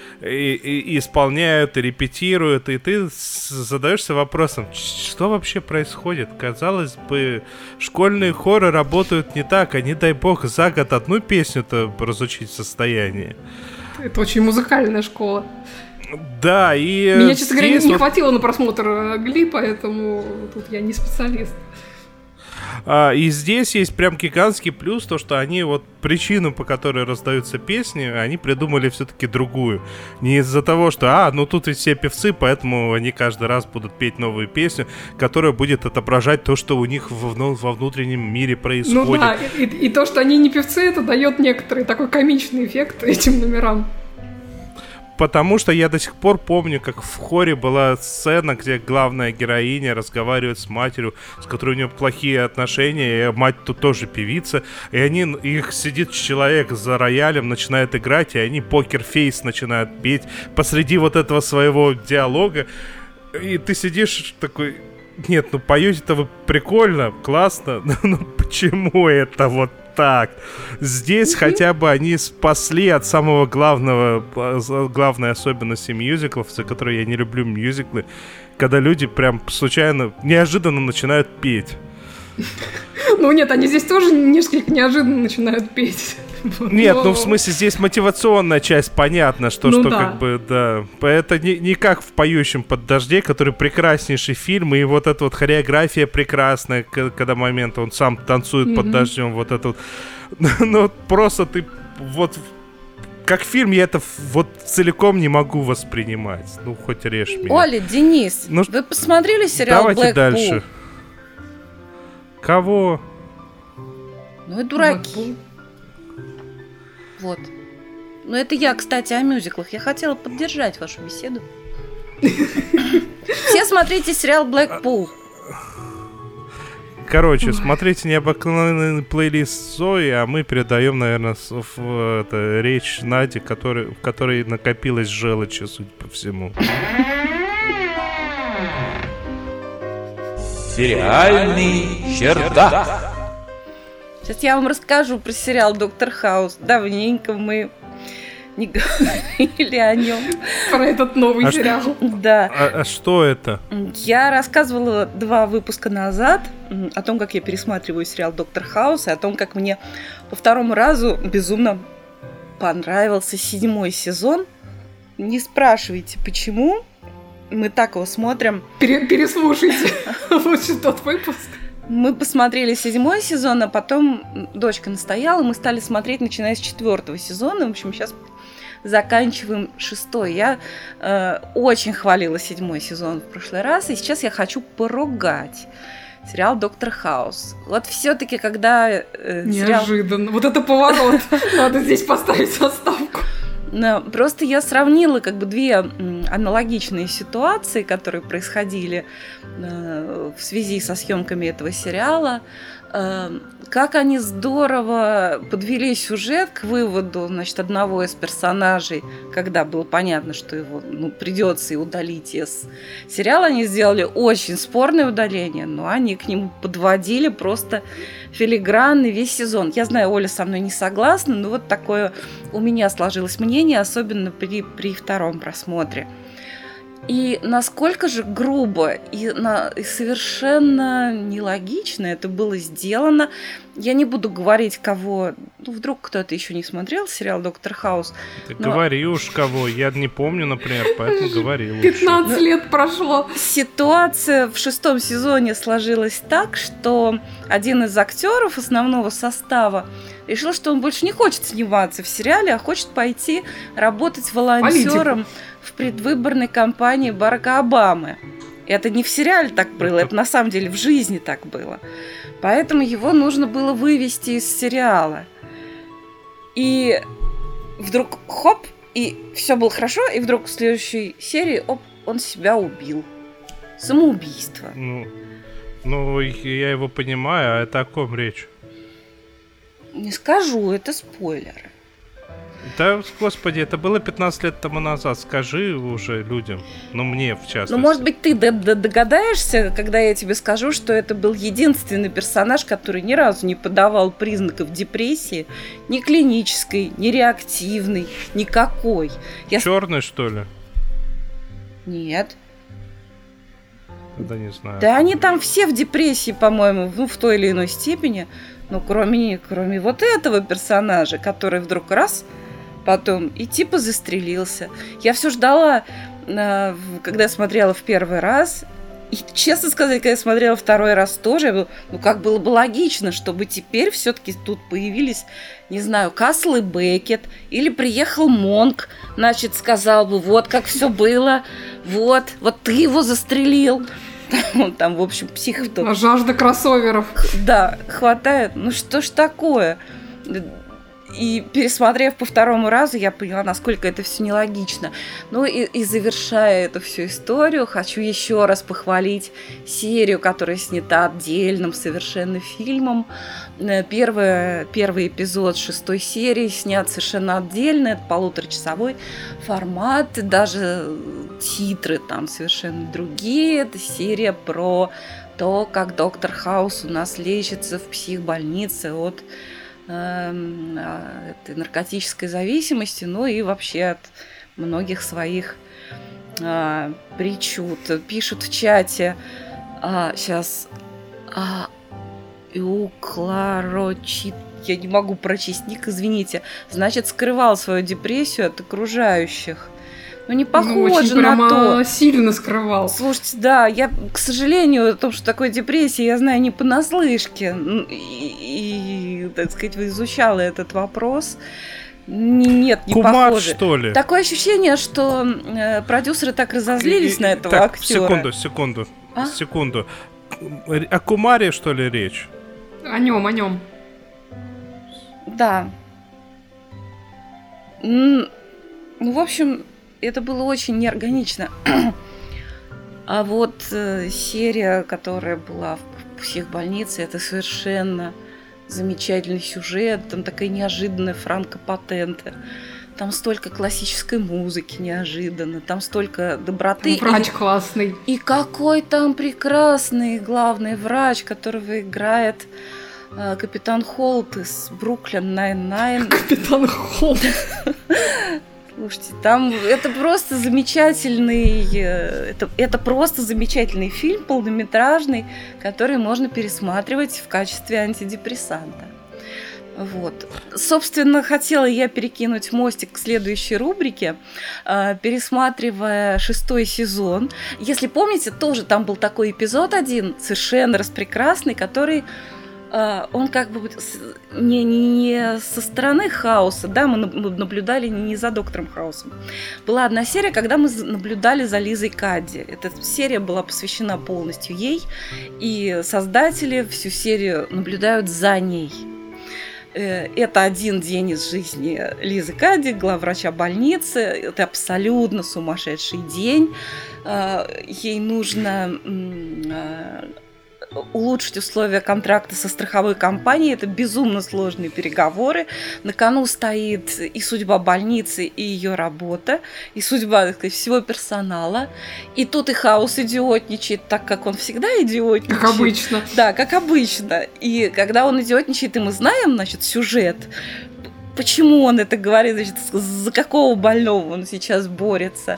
и исполняют, и репетируют, и ты задаешься вопросом, что вообще происходит? Казалось бы, школьные хоры работают не так, они, дай бог, за год одну песню-то разучить в состоянии. Это очень музыкальная школа. Да, и... Меня, честно говоря, не хватило на просмотр Гли, поэтому тут я не специалист. И здесь есть прям гигантский плюс, то, что они вот причину, по которой раздаются песни, они придумали все-таки другую. Не из-за того, что, ну тут ведь все певцы, поэтому они каждый раз будут петь новую песню, которая будет отображать то, что у них во внутреннем мире происходит. Ну да, и то, что они не певцы, это дает некоторый такой комичный эффект этим номерам. Потому что я до сих пор помню, как в хоре была сцена, где главная героиня разговаривает с матерью, с которой у нее плохие отношения, и мать тут тоже певица, и их сидит человек за роялем, начинает играть, и они покер-фейс начинают петь посреди вот этого своего диалога, и ты сидишь такой... Нет, ну поете-то вы прикольно, классно, но почему это вот так? Здесь хотя бы они спасли от самого главной особенности мюзиклов, за которые я не люблю мюзиклы, когда люди прям случайно, неожиданно начинают петь. Ну нет, они здесь тоже несколько неожиданно начинают петь. Нет, ну в смысле здесь мотивационная часть, понятно, что да. Как бы, да. Это не как в «Поющем под дождей», который прекраснейший фильм, и вот эта вот хореография прекрасная, когда момент он сам танцует под дождем, вот это вот. Ну просто ты вот... Как фильм я это вот целиком не могу воспринимать. Ну, хоть режь меня. Оля, Денис, вы посмотрели сериал Blackpool? Давайте дальше. Кого? Ну и дураки. Вот. Ну это я, кстати, о мюзиклах. Я хотела поддержать вашу беседу. Все смотрите сериал Blackpool. Короче, смотрите необыкновенный плейлист Зои, а мы передаем, наверное, речь Наде, в которой накопилась желчь, судя по всему. Сериальный чердак. Сейчас я вам расскажу про сериал «Доктор Хаус». Давненько мы не говорили о нем. Про этот новый сериал. Да. А что это? Я рассказывала 2 выпуска назад о том, как я пересматриваю сериал «Доктор Хаус», и о том, как мне по 2-му разу безумно понравился 7-й сезон. Не спрашивайте, почему. Мы так его смотрим. Переслушайте лучше тот выпуск. Мы посмотрели 7-й сезон, а потом дочка настояла, мы стали смотреть, начиная с 4-го сезона. В общем, сейчас заканчиваем 6-й. Я очень хвалила 7-й сезон в прошлый раз, и сейчас я хочу поругать сериал «Доктор Хаус». Вот все-таки, когда Неожиданно. Вот это поворот. Надо здесь поставить заставку. Просто я сравнила 2 аналогичные ситуации, которые происходили в связи со съемками этого сериала. Как они здорово подвели сюжет к выводу, одного из персонажей, когда было понятно, что его придется и удалить из сериала. Они сделали очень спорное удаление, но они к нему подводили просто филигранный весь сезон. Я знаю, Оля со мной не согласна, но вот такое у меня сложилось мнение, особенно при 2-м просмотре. И насколько же грубо и совершенно нелогично это было сделано. Я не буду говорить, кого... вдруг кто-то еще не смотрел сериал «Доктор Хаус». Ты говори уж кого. Я не помню, например, поэтому говори лучше. 15 лет прошло. Ситуация в 6-м сезоне сложилась так, что один из актеров основного состава решил, что он больше не хочет сниматься в сериале, а хочет пойти работать волонтером в предвыборной кампании Барака Обамы. Это не в сериале так было, это на самом деле в жизни так было. Поэтому его нужно было вывести из сериала. И вдруг хоп, и все было хорошо, и вдруг в следующей серии он себя убил. Самоубийство. Ну, я его понимаю, а это о ком речь? Не скажу, это спойлер. Да, господи, это было 15 лет тому назад. Скажи уже людям. Мне, в частности. Может быть, ты догадаешься, когда я тебе скажу, что это был единственный персонаж, который ни разу не подавал признаков депрессии, ни клинической, ни реактивной, никакой. Черный, что ли? Нет. Да не знаю. Да они там все в депрессии, по-моему, в той или иной степени. Но кроме вот этого персонажа, который вдруг раз... потом и застрелился. Я все ждала, когда я смотрела в 1-й раз. И, честно сказать, когда я смотрела 2-й раз тоже, я была, было бы логично, чтобы теперь все-таки тут появились, не знаю, Касл и Беккет, или приехал Монк, сказал бы, вот как все было, вот ты его застрелил. Там, в общем, психов... Жажда кроссоверов. Да, хватает. Что ж такое? И пересмотрев по 2-му разу, я поняла, насколько это все нелогично. И завершая эту всю историю, хочу еще раз похвалить серию, которая снята отдельным совершенно фильмом. Первый эпизод 6-й серии снят совершенно отдельно. Это 1,5-часовой формат. Даже титры там совершенно другие. Это серия про то, как доктор Хаус у нас лечится в психбольнице от этой наркотической зависимости, и вообще от многих своих причуд. Пишут в чате сейчас Юкларочит, я не могу прочесть ник, извините, значит, скрывал свою депрессию от окружающих. Не похоже очень на прямо то. Сильно скрывал. Слушайте, да, я, к сожалению, о том, что такое депрессия, я знаю не понаслышке. И так сказать, изучала этот вопрос. Нет, не Кумар, похоже. Что ли? Такое ощущение, что продюсеры так разозлились на этого актера. Секунду. О Кумаре, что ли, речь? О нем. Да. В общем, это было очень неорганично. А вот серия, которая была в «Психбольнице», это совершенно замечательный сюжет, там такая неожиданная Франко Потенте. Там столько классической музыки неожиданно, там столько доброты. Врач классный. И какой там прекрасный главный врач, которого играет капитан Холт из Бруклин Найн-Найн. Капитан Холт. Слушайте, там это просто замечательный, это просто замечательный фильм, полнометражный, который можно пересматривать в качестве антидепрессанта. Вот. Собственно, хотела я перекинуть мостик к следующей рубрике, пересматривая 6-й сезон. Если помните, тоже там был такой эпизод один, совершенно распрекрасный, который... он как бы не со стороны Хауса, да, мы наблюдали не за доктором Хаусом. Была одна серия, когда мы наблюдали за Лизой Кадди. Эта серия была посвящена полностью ей, и создатели всю серию наблюдают за ней. Это один день из жизни Лизы Кадди, главврача больницы. Это абсолютно сумасшедший день. Ей нужно... улучшить условия контракта со страховой компанией. Это безумно сложные переговоры. На кону стоит и судьба больницы, и ее работа, и судьба, так сказать, всего персонала. И тут и Хаус идиотничает, так как он всегда идиотничает. Как обычно. Да, как обычно. И когда он идиотничает, и мы знаем, значит, сюжет, почему он это говорит, значит, за какого больного он сейчас борется.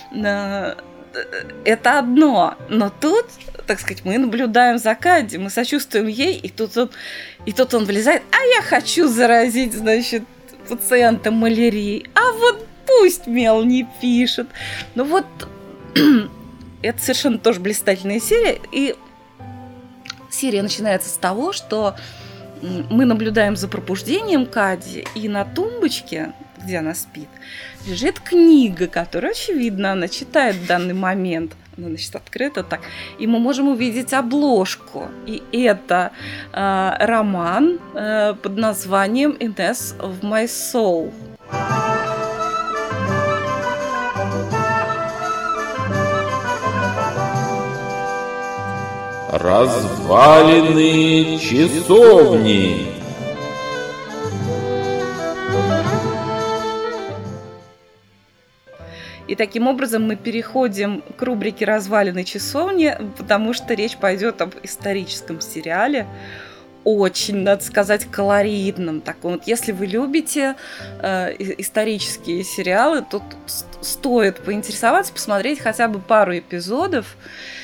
Это одно. Но тут, так сказать, мы наблюдаем за Кадди, мы сочувствуем ей, и тут он вылезает, а я хочу заразить, значит, пациента малярией. А вот пусть Мел не пишет. Ну вот, это совершенно тоже блистательная серия. И серия начинается с того, что мы наблюдаем за пробуждением Кадди, и на тумбочке, где она спит, лежит книга, которую, очевидно, она читает в данный момент. Она, значит, открыта так. И мы можем увидеть обложку. И это роман под названием «Ines of my soul». Развалины часовни. И таким образом мы переходим к рубрике «Развалины часовни», потому что речь пойдет об историческом сериале, очень, надо сказать, колоритном таком. Вот если вы любите исторические сериалы, то стоит поинтересоваться, посмотреть хотя бы пару эпизодов.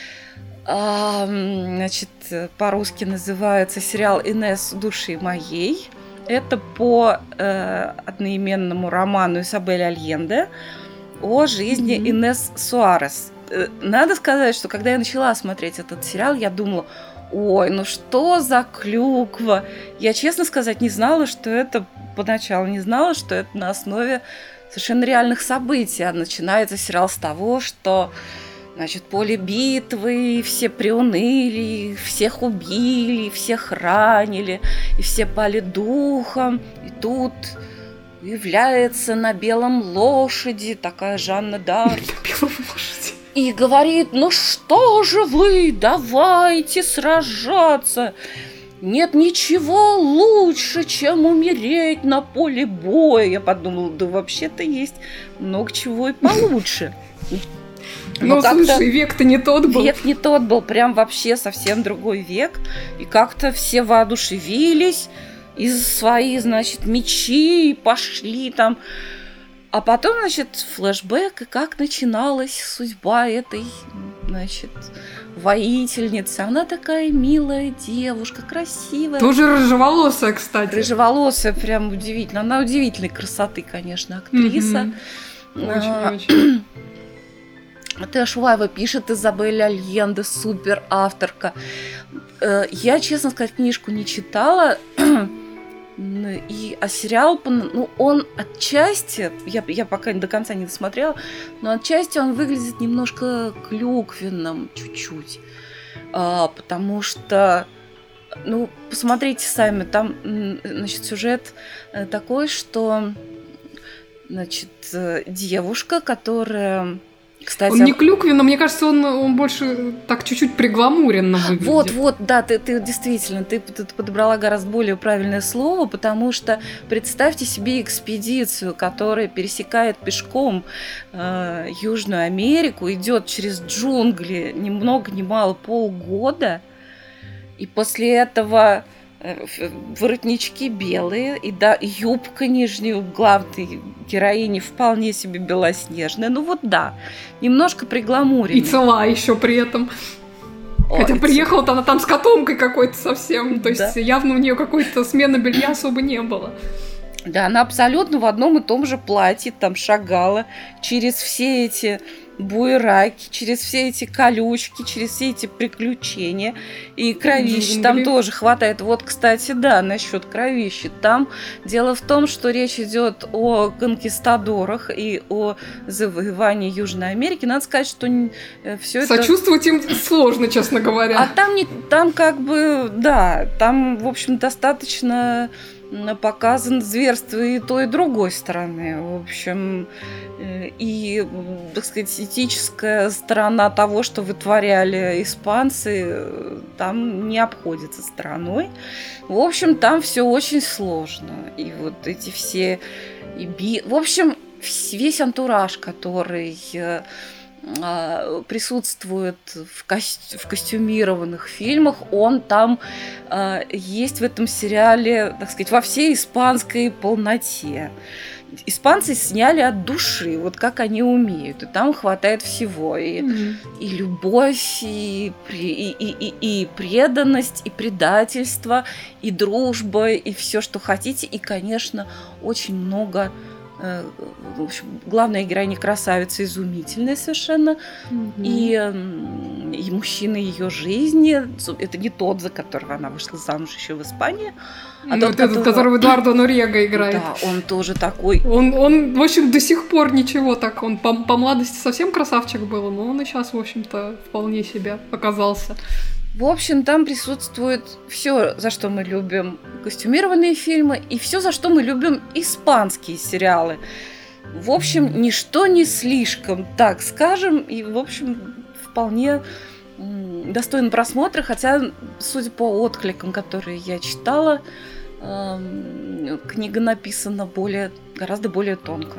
Значит, по-русски называется сериал «Инесс души моей». Это по одноименному роману Исабель Альенде о жизни Инесс Суарес. Надо сказать, что когда я начала смотреть этот сериал, я думала, ой, ну что за клюква. Я, честно сказать, не знала, что это поначалу, не знала, что это на основе совершенно реальных событий. А начинается сериал с того, что, значит, поле битвы, все приуныли, всех убили, всех ранили, и все пали духом. И тут является на белом лошади такая Жанна д'Арк. И говорит, ну что же вы, давайте сражаться. Нет ничего лучше, чем умереть на поле боя. Я подумала, да вообще-то есть много чего и получше. Но слушай, век-то не тот был. Век не тот был, прям вообще совсем другой век. И как-то все воодушевились, из свои, значит, мечи пошли там. А потом, значит, флешбэк, и как начиналась судьба этой, значит, воительницы. Она такая милая девушка, красивая. Тоже рыжеволосая, кстати. Рыжеволосая, прям удивительно. Она удивительной красоты, конечно, актриса. Очень-очень. Теа Шуваева пишет, Изабель Альенде, супер авторка. Я, честно сказать, книжку не читала. А сериал, ну, он отчасти, я пока до конца не досмотрела, но отчасти он выглядит немножко клюквенным, чуть-чуть. Потому что, ну, посмотрите сами, там, значит, сюжет такой, что, значит, девушка, которая Кстати, он не клюквенно, мне кажется, он больше так чуть-чуть пригламуренно выглядит. Вот, да, ты действительно, ты подобрала гораздо более правильное слово, потому что представьте себе экспедицию, которая пересекает пешком Южную Америку, идет через джунгли ни много ни мало полгода, и после этого воротнички белые, и да, юбка нижняя у главной героини вполне себе белоснежная. Ну вот да, немножко пригламуренная. И цела еще при этом. Хотя приехала-то она там с котомкой какой-то совсем. То есть явно у нее какой-то смены белья особо не было. Да, она абсолютно в одном и том же платье там шагала через все эти буераки, через все эти колючки, через все эти приключения. И кровищи там тоже хватает. Вот, кстати, да, насчет кровищи. Там дело в том, что речь идет о конкистадорах и о завоевании Южной Америки. Надо сказать, что все это... Сочувствовать им сложно, честно говоря. А там как бы, да, там, в общем, достаточно показано зверство и той, и другой стороны. В общем, и, так сказать, этическая сторона того, что вытворяли испанцы, там не обходится стороной. В общем, там все очень сложно. И вот эти все... В общем, весь антураж, который присутствует в костюмированных фильмах, он там есть в этом сериале, так сказать, во всей испанской полноте. Испанцы сняли от души, вот как они умеют, и там хватает всего, и любовь, и преданность, и предательство, и дружба, и все, что хотите, и, конечно, очень много. В общем, главная героиня красавица, изумительная совершенно, и мужчина ее жизни, это не тот, за которого она вышла замуж еще в Испании, а тот, которого Эдуардо Нориего играет. Да, он тоже такой. Он, в общем, до сих пор ничего так, он по младости совсем красавчик был, но он и сейчас, в общем-то, вполне себе оказался. В общем, там присутствует все, за что мы любим костюмированные фильмы, и все, за что мы любим испанские сериалы. В общем, ничто не слишком, так скажем, и, в общем, вполне достоин просмотра, хотя, судя по откликам, которые я читала, книга написана гораздо более тонко.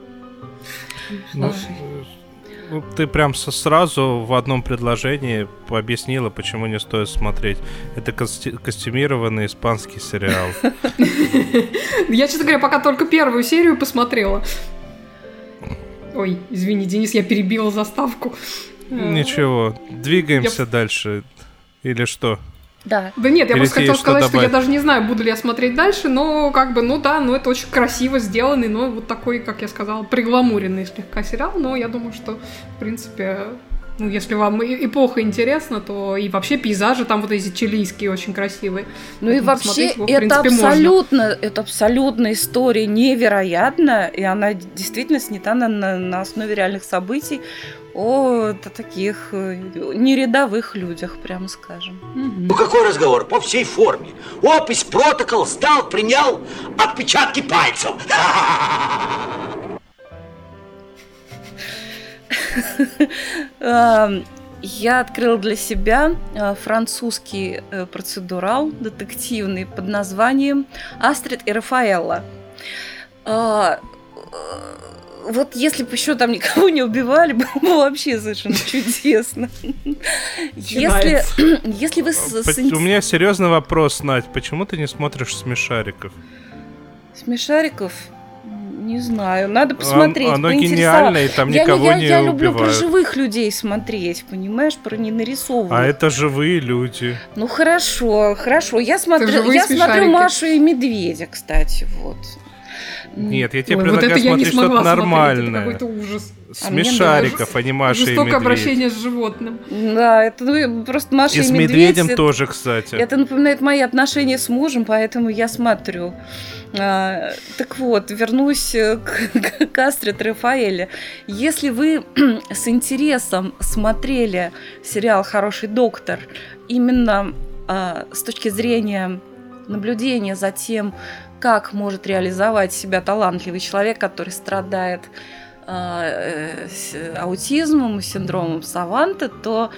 Ты прям сразу в одном предложении объяснила, почему не стоит смотреть. Это костюмированный испанский сериал. Я, честно говоря, пока только первую серию посмотрела. Ой, извини, Денис, я перебила заставку. Ничего, двигаемся дальше. Или что? Да. Да нет, я просто хотела сказать, что я даже не знаю, буду ли я смотреть дальше, но как бы, это очень красиво сделанный, но вот такой, как я сказала, пригламуренный слегка сериал, но я думаю, что, в принципе, если вам эпоха интересна, то и вообще пейзажи там вот эти чилийские очень красивые. Ну и вообще это абсолютно история невероятная, и она действительно снята на основе реальных событий о таких нерядовых людях, прямо скажем. Ну какой разговор? По всей форме. Опись, протокол, сдал, принял, отпечатки пальцев. Я открыла для себя французский процедурал детективный под названием «Астрид и Рафаэлла». Вот если бы еще там никого не убивали, было бы вообще совершенно чудесно. Если вы... У меня серьезный вопрос, Надь. Почему ты не смотришь «Смешариков»? «Смешариков»? Не знаю, надо посмотреть. Оно гениальное, и там никого не убивают. Я люблю про живых людей смотреть, понимаешь, про ненарисованных. А это живые люди. Ну хорошо. Я смотрю «Машу и Медведя», кстати, вот. Нет, я тебе предлагаю смотреть что-то нормальное. Это какой-то ужас. Смешариков, а не Маша и Медведь. Жестокое обращение с животным. Да, это просто Маша и Медведь. И с Медведем тоже, кстати. Это напоминает мои отношения с мужем, поэтому я смотрю. Так вот, вернусь к Астрид Рафаэлле. Если вы с интересом смотрели сериал «Хороший доктор» именно с точки зрения наблюдения за тем, как может реализовать себя талантливый человек, который страдает аутизмом, синдромом Саванты, то,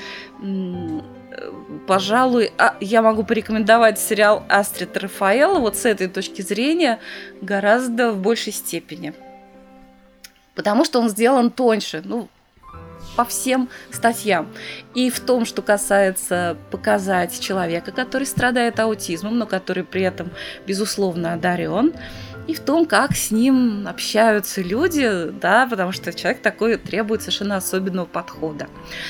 пожалуй, я могу порекомендовать сериал «Астрид и Рафаэлла» вот с этой точки зрения гораздо в большей степени. Потому что он сделан тоньше, по всем статьям. И в том, что касается показать человека, который страдает аутизмом, но который при этом, безусловно, одарен, и в том, как с ним общаются люди, да, потому что человек такой требует совершенно особенного подхода.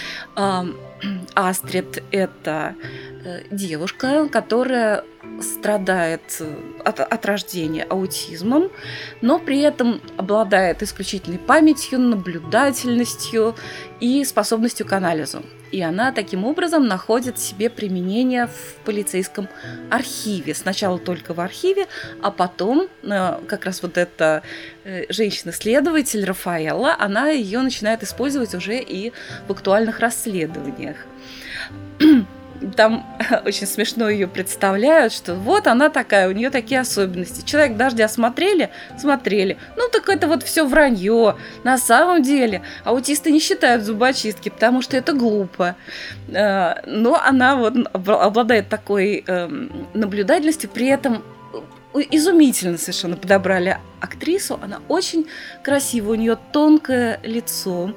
Астрид – это девушка, которая страдает от рождения аутизмом, но при этом обладает исключительной памятью, наблюдательностью и способностью к анализу. И она таким образом находит себе применение в полицейском архиве. Сначала только в архиве, а потом как раз вот эта женщина-следователь Рафаэлла, она ее начинает использовать уже и в актуальных расследованиях. Там очень смешно ее представляют, что вот она такая, у нее такие особенности. «Человек дождя» смотрели? Смотрели. Так это вот все вранье. На самом деле аутисты не считают зубочистки, потому что это глупо. Но она вот обладает такой наблюдательностью, при этом изумительно совершенно подобрали актрису. Она очень красивая, у нее тонкое лицо.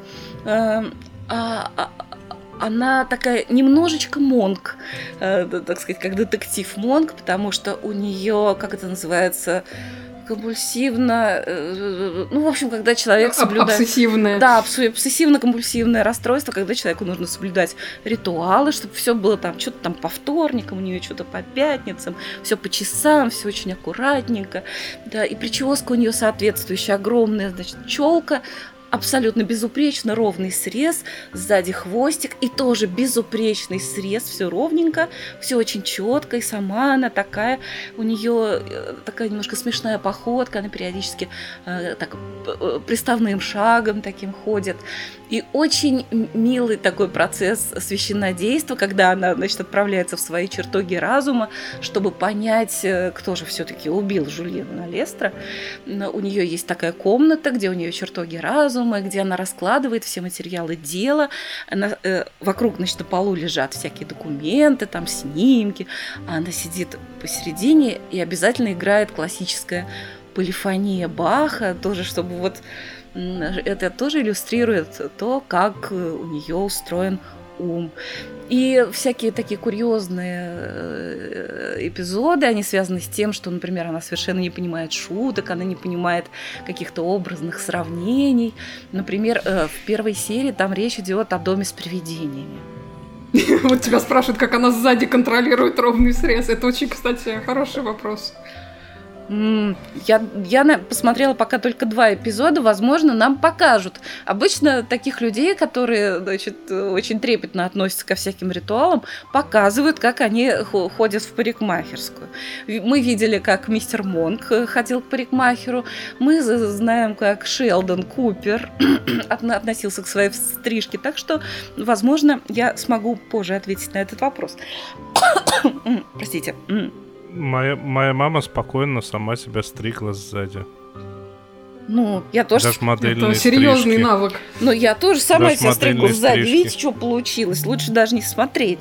Она такая немножечко Монк, так сказать, как детектив Монк, потому что у нее, как это называется, компульсивно, в общем, когда человек соблюдает... Обсессивное. Да, обсессивно-компульсивное расстройство, когда человеку нужно соблюдать ритуалы, чтобы все было там, что-то там по вторникам, у нее что-то по пятницам, все по часам, все очень аккуратненько, да, и прическа у нее соответствующая, огромная, значит, челка, абсолютно безупречно ровный срез, сзади хвостик, и тоже безупречный срез, все ровненько, все очень четко, и сама она такая, у нее такая немножко смешная походка, она периодически так приставным шагом таким ходит, и очень милый такой процесс священнодейства, когда она, значит, отправляется в свои чертоги разума, чтобы понять, кто же все-таки убил Жюльена Лестра. У нее есть такая комната, где у нее чертоги разума, где она раскладывает все материалы дела. Вокруг, значит, на полу лежат всякие документы, там снимки, а она сидит посередине и обязательно играет классическая полифония Баха, тоже, чтобы вот это тоже иллюстрирует то, как у нее устроен ум. И всякие такие курьезные эпизоды, они связаны с тем, что, например, она совершенно не понимает шуток, она не понимает каких-то образных сравнений. Например, в первой серии там речь идет о доме с привидениями. Вот тебя спрашивают, как она сзади контролирует ровный срез. Это очень, кстати, хороший вопрос. Я посмотрела пока только 2 эпизода, возможно, нам покажут. Обычно таких людей, которые, значит, очень трепетно относятся ко всяким ритуалам, показывают, как они ходят в парикмахерскую. Мы видели, как мистер Монк ходил к парикмахеру, мы знаем, как Шелдон Купер относился к своей стрижке, так что, возможно, я смогу позже ответить на этот вопрос. Простите. Моя мама спокойно сама себя стригла сзади. Я тоже... Даже модельные Это серьезный стрижки. навык. Я тоже сама Даже себя стригла сзади. стрижки. Видите, что получилось? Лучше даже не смотреть.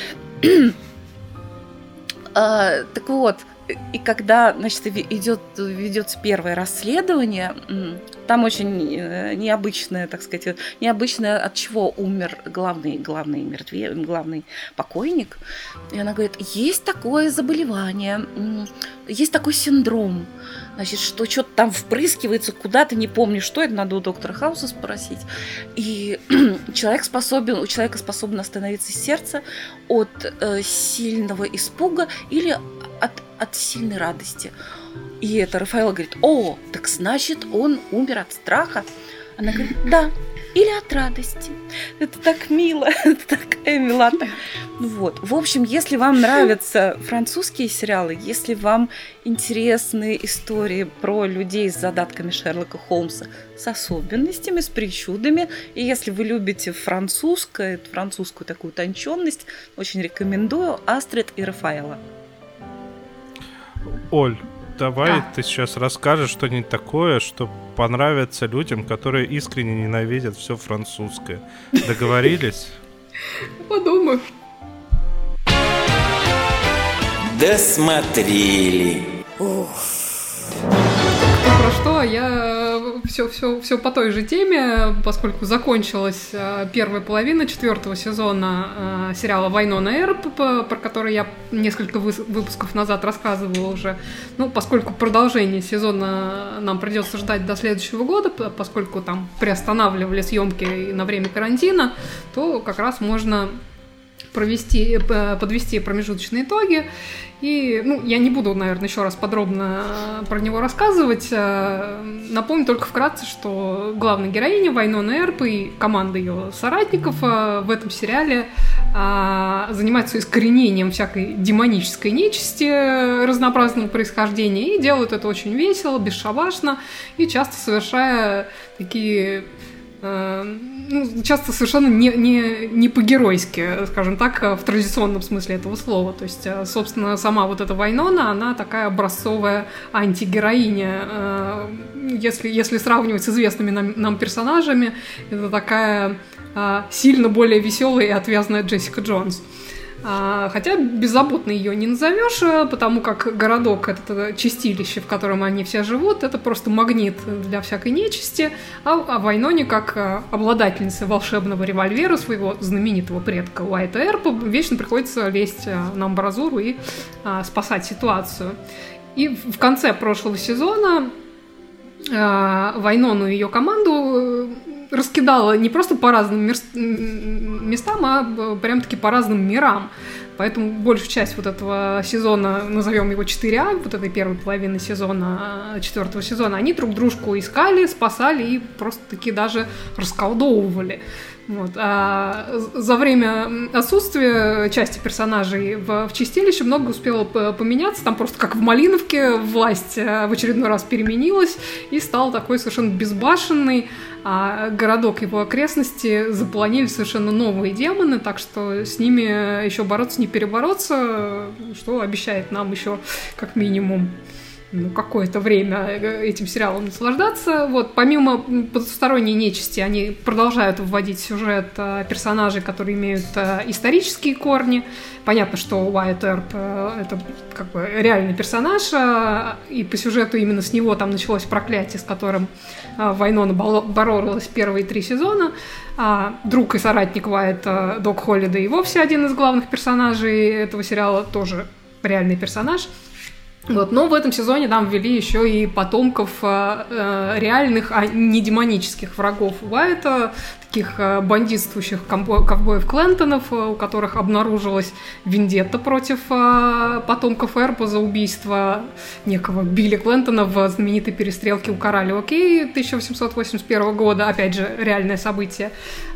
Так вот, и когда, значит, ведется первое расследование, там очень необычное, так сказать, необычное, от чего умер главный покойник. И она говорит, есть такое заболевание, есть такой синдром, значит, что что-то там впрыскивается куда-то, не помню, что это, надо у доктора Хауса спросить. И у человека способно остановиться сердце от сильного испуга или от сильной радости. И это Рафаэлла говорит, так значит, он умер от страха. Она говорит, да, или от радости. Это так мило, это такая милота. Вот. В общем, если вам нравятся французские сериалы, если вам интересны истории про людей с задатками Шерлока Холмса, с особенностями, с причудами, и если вы любите французскую такую утонченность, очень рекомендую «Астрид и Рафаэлла». Оль, давай ты сейчас расскажешь что-нибудь такое, что понравится людям, которые искренне ненавидят все французское. Договорились? Подумаю. Досмотрели. Про что? Я все по той же теме, поскольку закончилась первая половина 4-го сезона сериала «Вайнона Эрп», про который я несколько выпусков назад рассказывала уже. Ну, поскольку продолжение сезона нам придется ждать до следующего года, поскольку там приостанавливали съемки на время карантина, то как раз можно подвести промежуточные итоги. И, я не буду, наверное, еще раз подробно про него рассказывать. Напомню только вкратце, что главная героиня Вайнона Эрп и команда ее соратников в этом сериале занимаются искоренением всякой демонической нечисти разнообразного происхождения и делают это очень весело, бесшабашно и часто совершая такие... часто совершенно не по-геройски, скажем так, в традиционном смысле этого слова. То есть, собственно, сама вот эта Вайнона, она такая образцовая антигероиня. Если сравнивать с известными нам персонажами, это такая сильно более веселая и отвязная Джессика Джонс. Хотя беззаботно ее не назовешь, потому как городок, это чистилище, в котором они все живут, это просто магнит для всякой нечисти, а Вайноне, как обладательнице волшебного револьвера своего знаменитого предка Уайта Эрпа, вечно приходится лезть на амбразуру и спасать ситуацию. И в конце прошлого сезона Вайнону и ее команду раскидала не просто по разным местам, а прям-таки по разным мирам. Поэтому большую часть вот этого сезона, назовем его 4А, вот этой первой половины сезона, 4-го сезона, они друг дружку искали, спасали и просто-таки даже расколдовывали. Вот. А за время отсутствия части персонажей в чистилище много успело поменяться. Там просто как в Малиновке власть в очередной раз переменилась и стал такой совершенно безбашенный, а городок и его окрестности заполонили совершенно новые демоны, так что с ними еще бороться не перебороться, что обещает нам еще как минимум какое-то время этим сериалом наслаждаться. Вот, помимо потусторонней нечисти, они продолжают вводить в сюжет персонажей, которые имеют исторические корни. Понятно, что Уайт Эрп это как бы реальный персонаж, и по сюжету именно с него там началось проклятие, с которым Вайнона боролась первые 3 сезона. Друг и соратник Уайта, Док Холлидей, и вовсе один из главных персонажей этого сериала, тоже реальный персонаж. Вот, но в этом сезоне нам ввели еще и потомков реальных, а не демонических врагов Уайта, таких бандитствующих ковбоев Клентонов, у которых обнаружилась вендетта против потомков Эрпа за убийство некого Билли Клентона в знаменитой перестрелке у Коралева Кей 1881 года, опять же, реальное событие.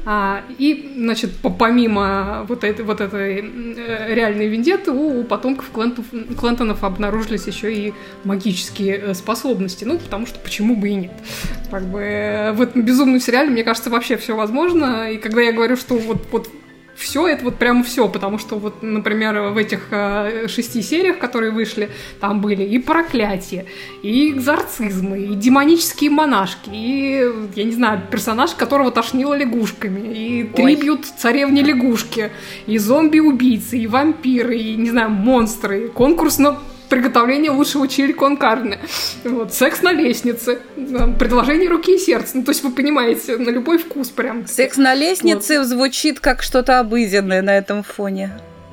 И, значит, помимо вот этой реальной вендетты, у потомков Клентонов обнаружились еще и магические способности. Ну, потому что почему бы и нет. Как бы в этом безумном сериале, мне кажется, вообще все возможно. И когда я говорю, что вот все, это вот прям все, потому что вот, например, в этих 6 сериях, которые вышли, там были и проклятия, и экзорцизмы, и демонические монашки, и, я не знаю, персонаж, которого тошнило лягушками, и трибьют царевне лягушки, и зомби-убийцы, и вампиры, и, не знаю, монстры, и конкурс на приготовление лучшего чили кон карне, вот, секс на лестнице, предложение руки и сердца. Ну, то есть вы понимаете, на любой вкус прям. Секс на лестнице вот звучит как что-то обыденное на этом фоне.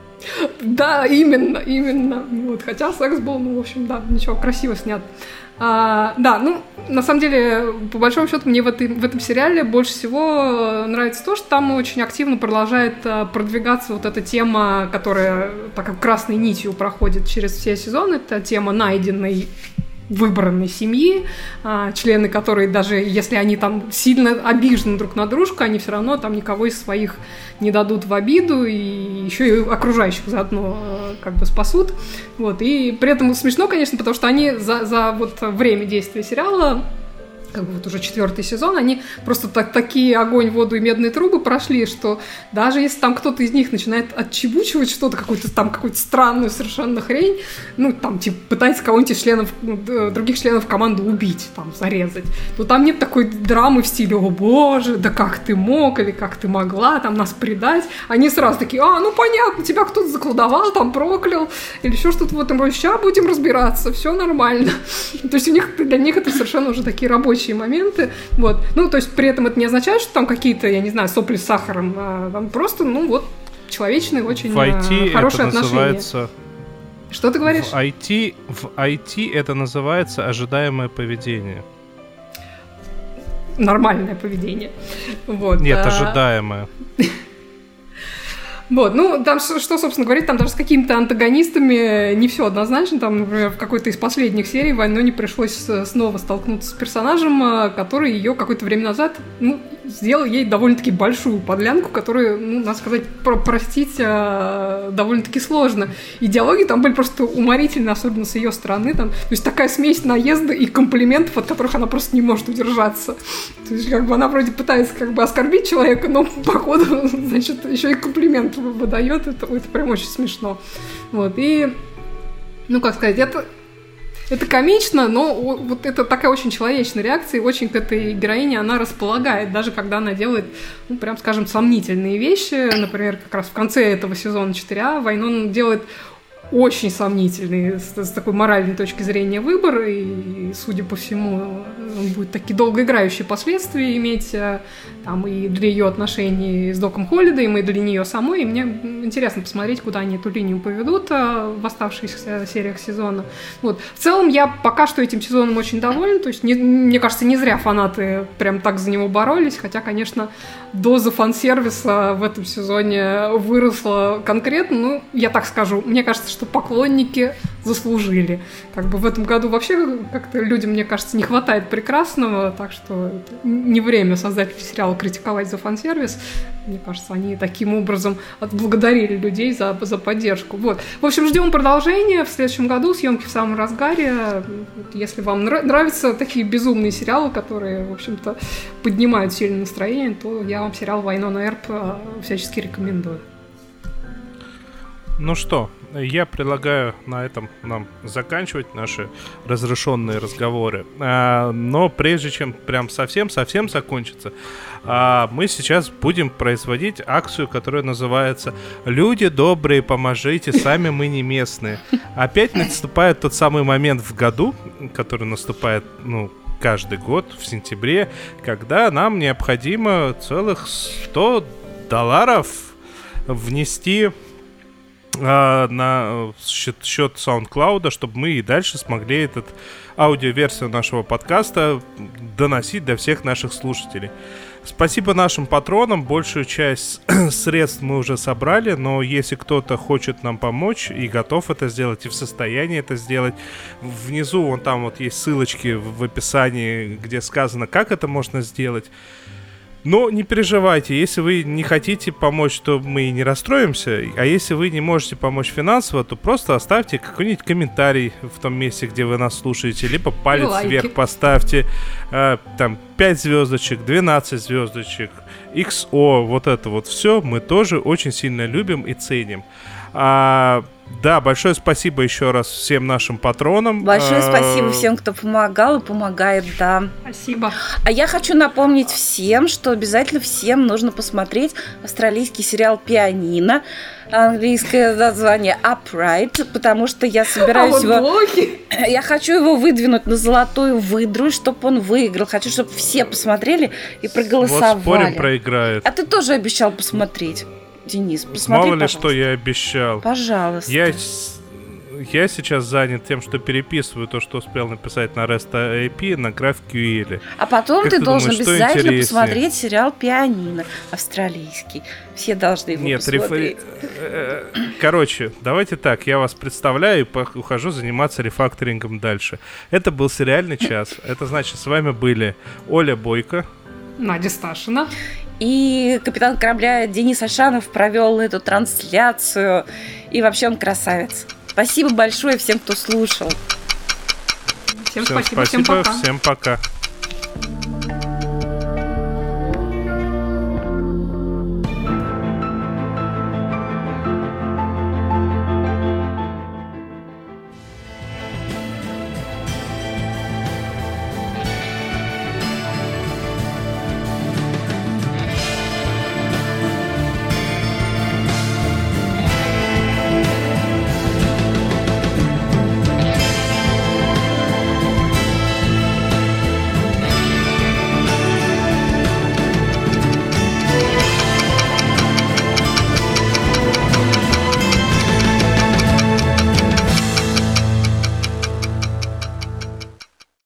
Да, именно. Вот, хотя секс был, в общем, да, ничего, красиво снят. Да, на самом деле, по большому счету, мне в этом сериале больше всего нравится то, что там очень активно продолжает продвигаться вот эта тема, которая так красной нитью проходит через все сезоны. Это тема найденной, выбранной семьи, члены которой, даже если они там сильно обижены друг на дружку, они все равно там никого из своих не дадут в обиду, и еще и окружающих заодно как бы спасут. Вот. И при этом смешно, конечно, потому что они за вот время действия сериала как бы вот уже 4-й сезон, они просто такие огонь, воду и медные трубы прошли, что даже если там кто-то из них начинает отчебучивать что-то, какую-то странную совершенно хрень, ну, там, типа, пытается кого-нибудь из членов, других членов команды убить, там, зарезать, то там нет такой драмы в стиле «О боже, да как ты мог» или «Как ты могла там нас предать». Они сразу такие: ну, понятно, тебя кто-то заколдовал, там, проклял, или еще что-то в этом роде. Сейчас будем разбираться, все нормально. То есть для них это совершенно уже такие рабочие моменты, вот. Ну, то есть при этом это не означает, что там какие-то, я не знаю, сопли с сахаром, там просто, ну, вот, человечные, очень хорошие отношения. Называется... Что ты говоришь? В IT это называется ожидаемое поведение. Нормальное поведение. Вот. Нет, ожидаемое. Вот, ну, там, что, собственно, говорить, там даже с какими-то антагонистами не все однозначно. Там, например, в какой-то из последних серий Вайноне пришлось снова столкнуться с персонажем, который ее какое-то время назад, ну, сделал ей довольно-таки большую подлянку, которую, ну, надо сказать, простить довольно-таки сложно. И диалоги там были просто уморительны, особенно с ее стороны. Там, то есть такая смесь наезда и комплиментов, от которых она просто не может удержаться. То есть как бы она вроде пытается как бы оскорбить человека, но походу, значит, еще и комплимент выдает. Это прям очень смешно. Вот. И, ну, как сказать, это комично, но вот это такая очень человечная реакция, и очень к этой героине она располагает, даже когда она делает, ну, прям скажем, сомнительные вещи. Например, как раз в конце этого сезона 4А Вайнона делает очень сомнительный с такой моральной точки зрения выбор, и, судя по всему, он будет такие долгоиграющие последствия иметь там и для ее отношений с Доком Холлидеем, и для нее самой. И мне интересно посмотреть, куда они эту линию поведут в оставшихся сериях сезона. Вот. В целом, я пока что этим сезоном очень довольна. То есть, мне кажется, не зря фанаты прям так за него боролись, хотя, конечно, доза фан-сервиса в этом сезоне выросла конкретно. Ну, я так скажу, мне кажется, что поклонники заслужили. Как бы в этом году вообще как-то людям, мне кажется, не хватает прекрасного, так что не время создателей сериала критиковать за фан-сервис. Мне кажется, они таким образом отблагодарили людей за поддержку. Вот. В общем, ждем продолжения в следующем году, съемки в самом разгаре. Если вам нравятся такие безумные сериалы, которые, в общем-то, поднимают сильное настроение, то я вам сериал «Вайнона Эрп» всячески рекомендую. Ну что, я предлагаю на этом нам заканчивать наши разрешенные разговоры. Но прежде чем прям совсем закончится, мы сейчас будем производить акцию, которая называется «Люди добрые, поможите, сами мы не местные». Опять наступает тот самый момент в году, который наступает, ну, каждый год в сентябре, когда нам необходимо целых $100 внести на счет SoundCloud, чтобы мы и дальше смогли эту аудиоверсию нашего подкаста доносить до всех наших слушателей. Спасибо нашим патронам. Большую часть средств мы уже собрали, но если кто-то хочет нам помочь и готов это сделать, и в состоянии это сделать, внизу вон там вот есть ссылочки в описании, где сказано, как это можно сделать. Но не переживайте, если вы не хотите помочь, то мы и не расстроимся. А если вы не можете помочь финансово, то просто оставьте какой-нибудь комментарий в том месте, где вы нас слушаете, либо палец вверх поставьте, там 5 звездочек, 12 звездочек, XO, вот это вот все мы тоже очень сильно любим и ценим. Да, большое спасибо еще раз всем нашим патронам. Большое спасибо всем, кто помогал и помогает, да. Спасибо. А я хочу напомнить всем, что обязательно всем нужно посмотреть австралийский сериал «Пианино». Английское название Upright, потому что я собираюсь я хочу его выдвинуть на золотую выдру, чтобы он выиграл. Хочу, чтобы все посмотрели и проголосовали. Вот спорим, проиграет. А ты тоже обещал посмотреть. Денис, посмотри, мало ли, что я обещал. Пожалуйста. Я сейчас занят тем, что переписываю то, что успел написать на REST API на GraphQL. А потом как ты должен обязательно посмотреть сериал «Пианино» австралийский. Все должны его посмотреть. Короче, давайте так, я вас представляю и ухожу заниматься рефакторингом дальше. Это был сериальный час. Это значит, с вами были Оля Бойко, Надя Сташина и капитан корабля Денис Ашанов провел эту трансляцию. И вообще он красавец. Спасибо большое всем, кто слушал. Всем спасибо, всем пока. Всем пока.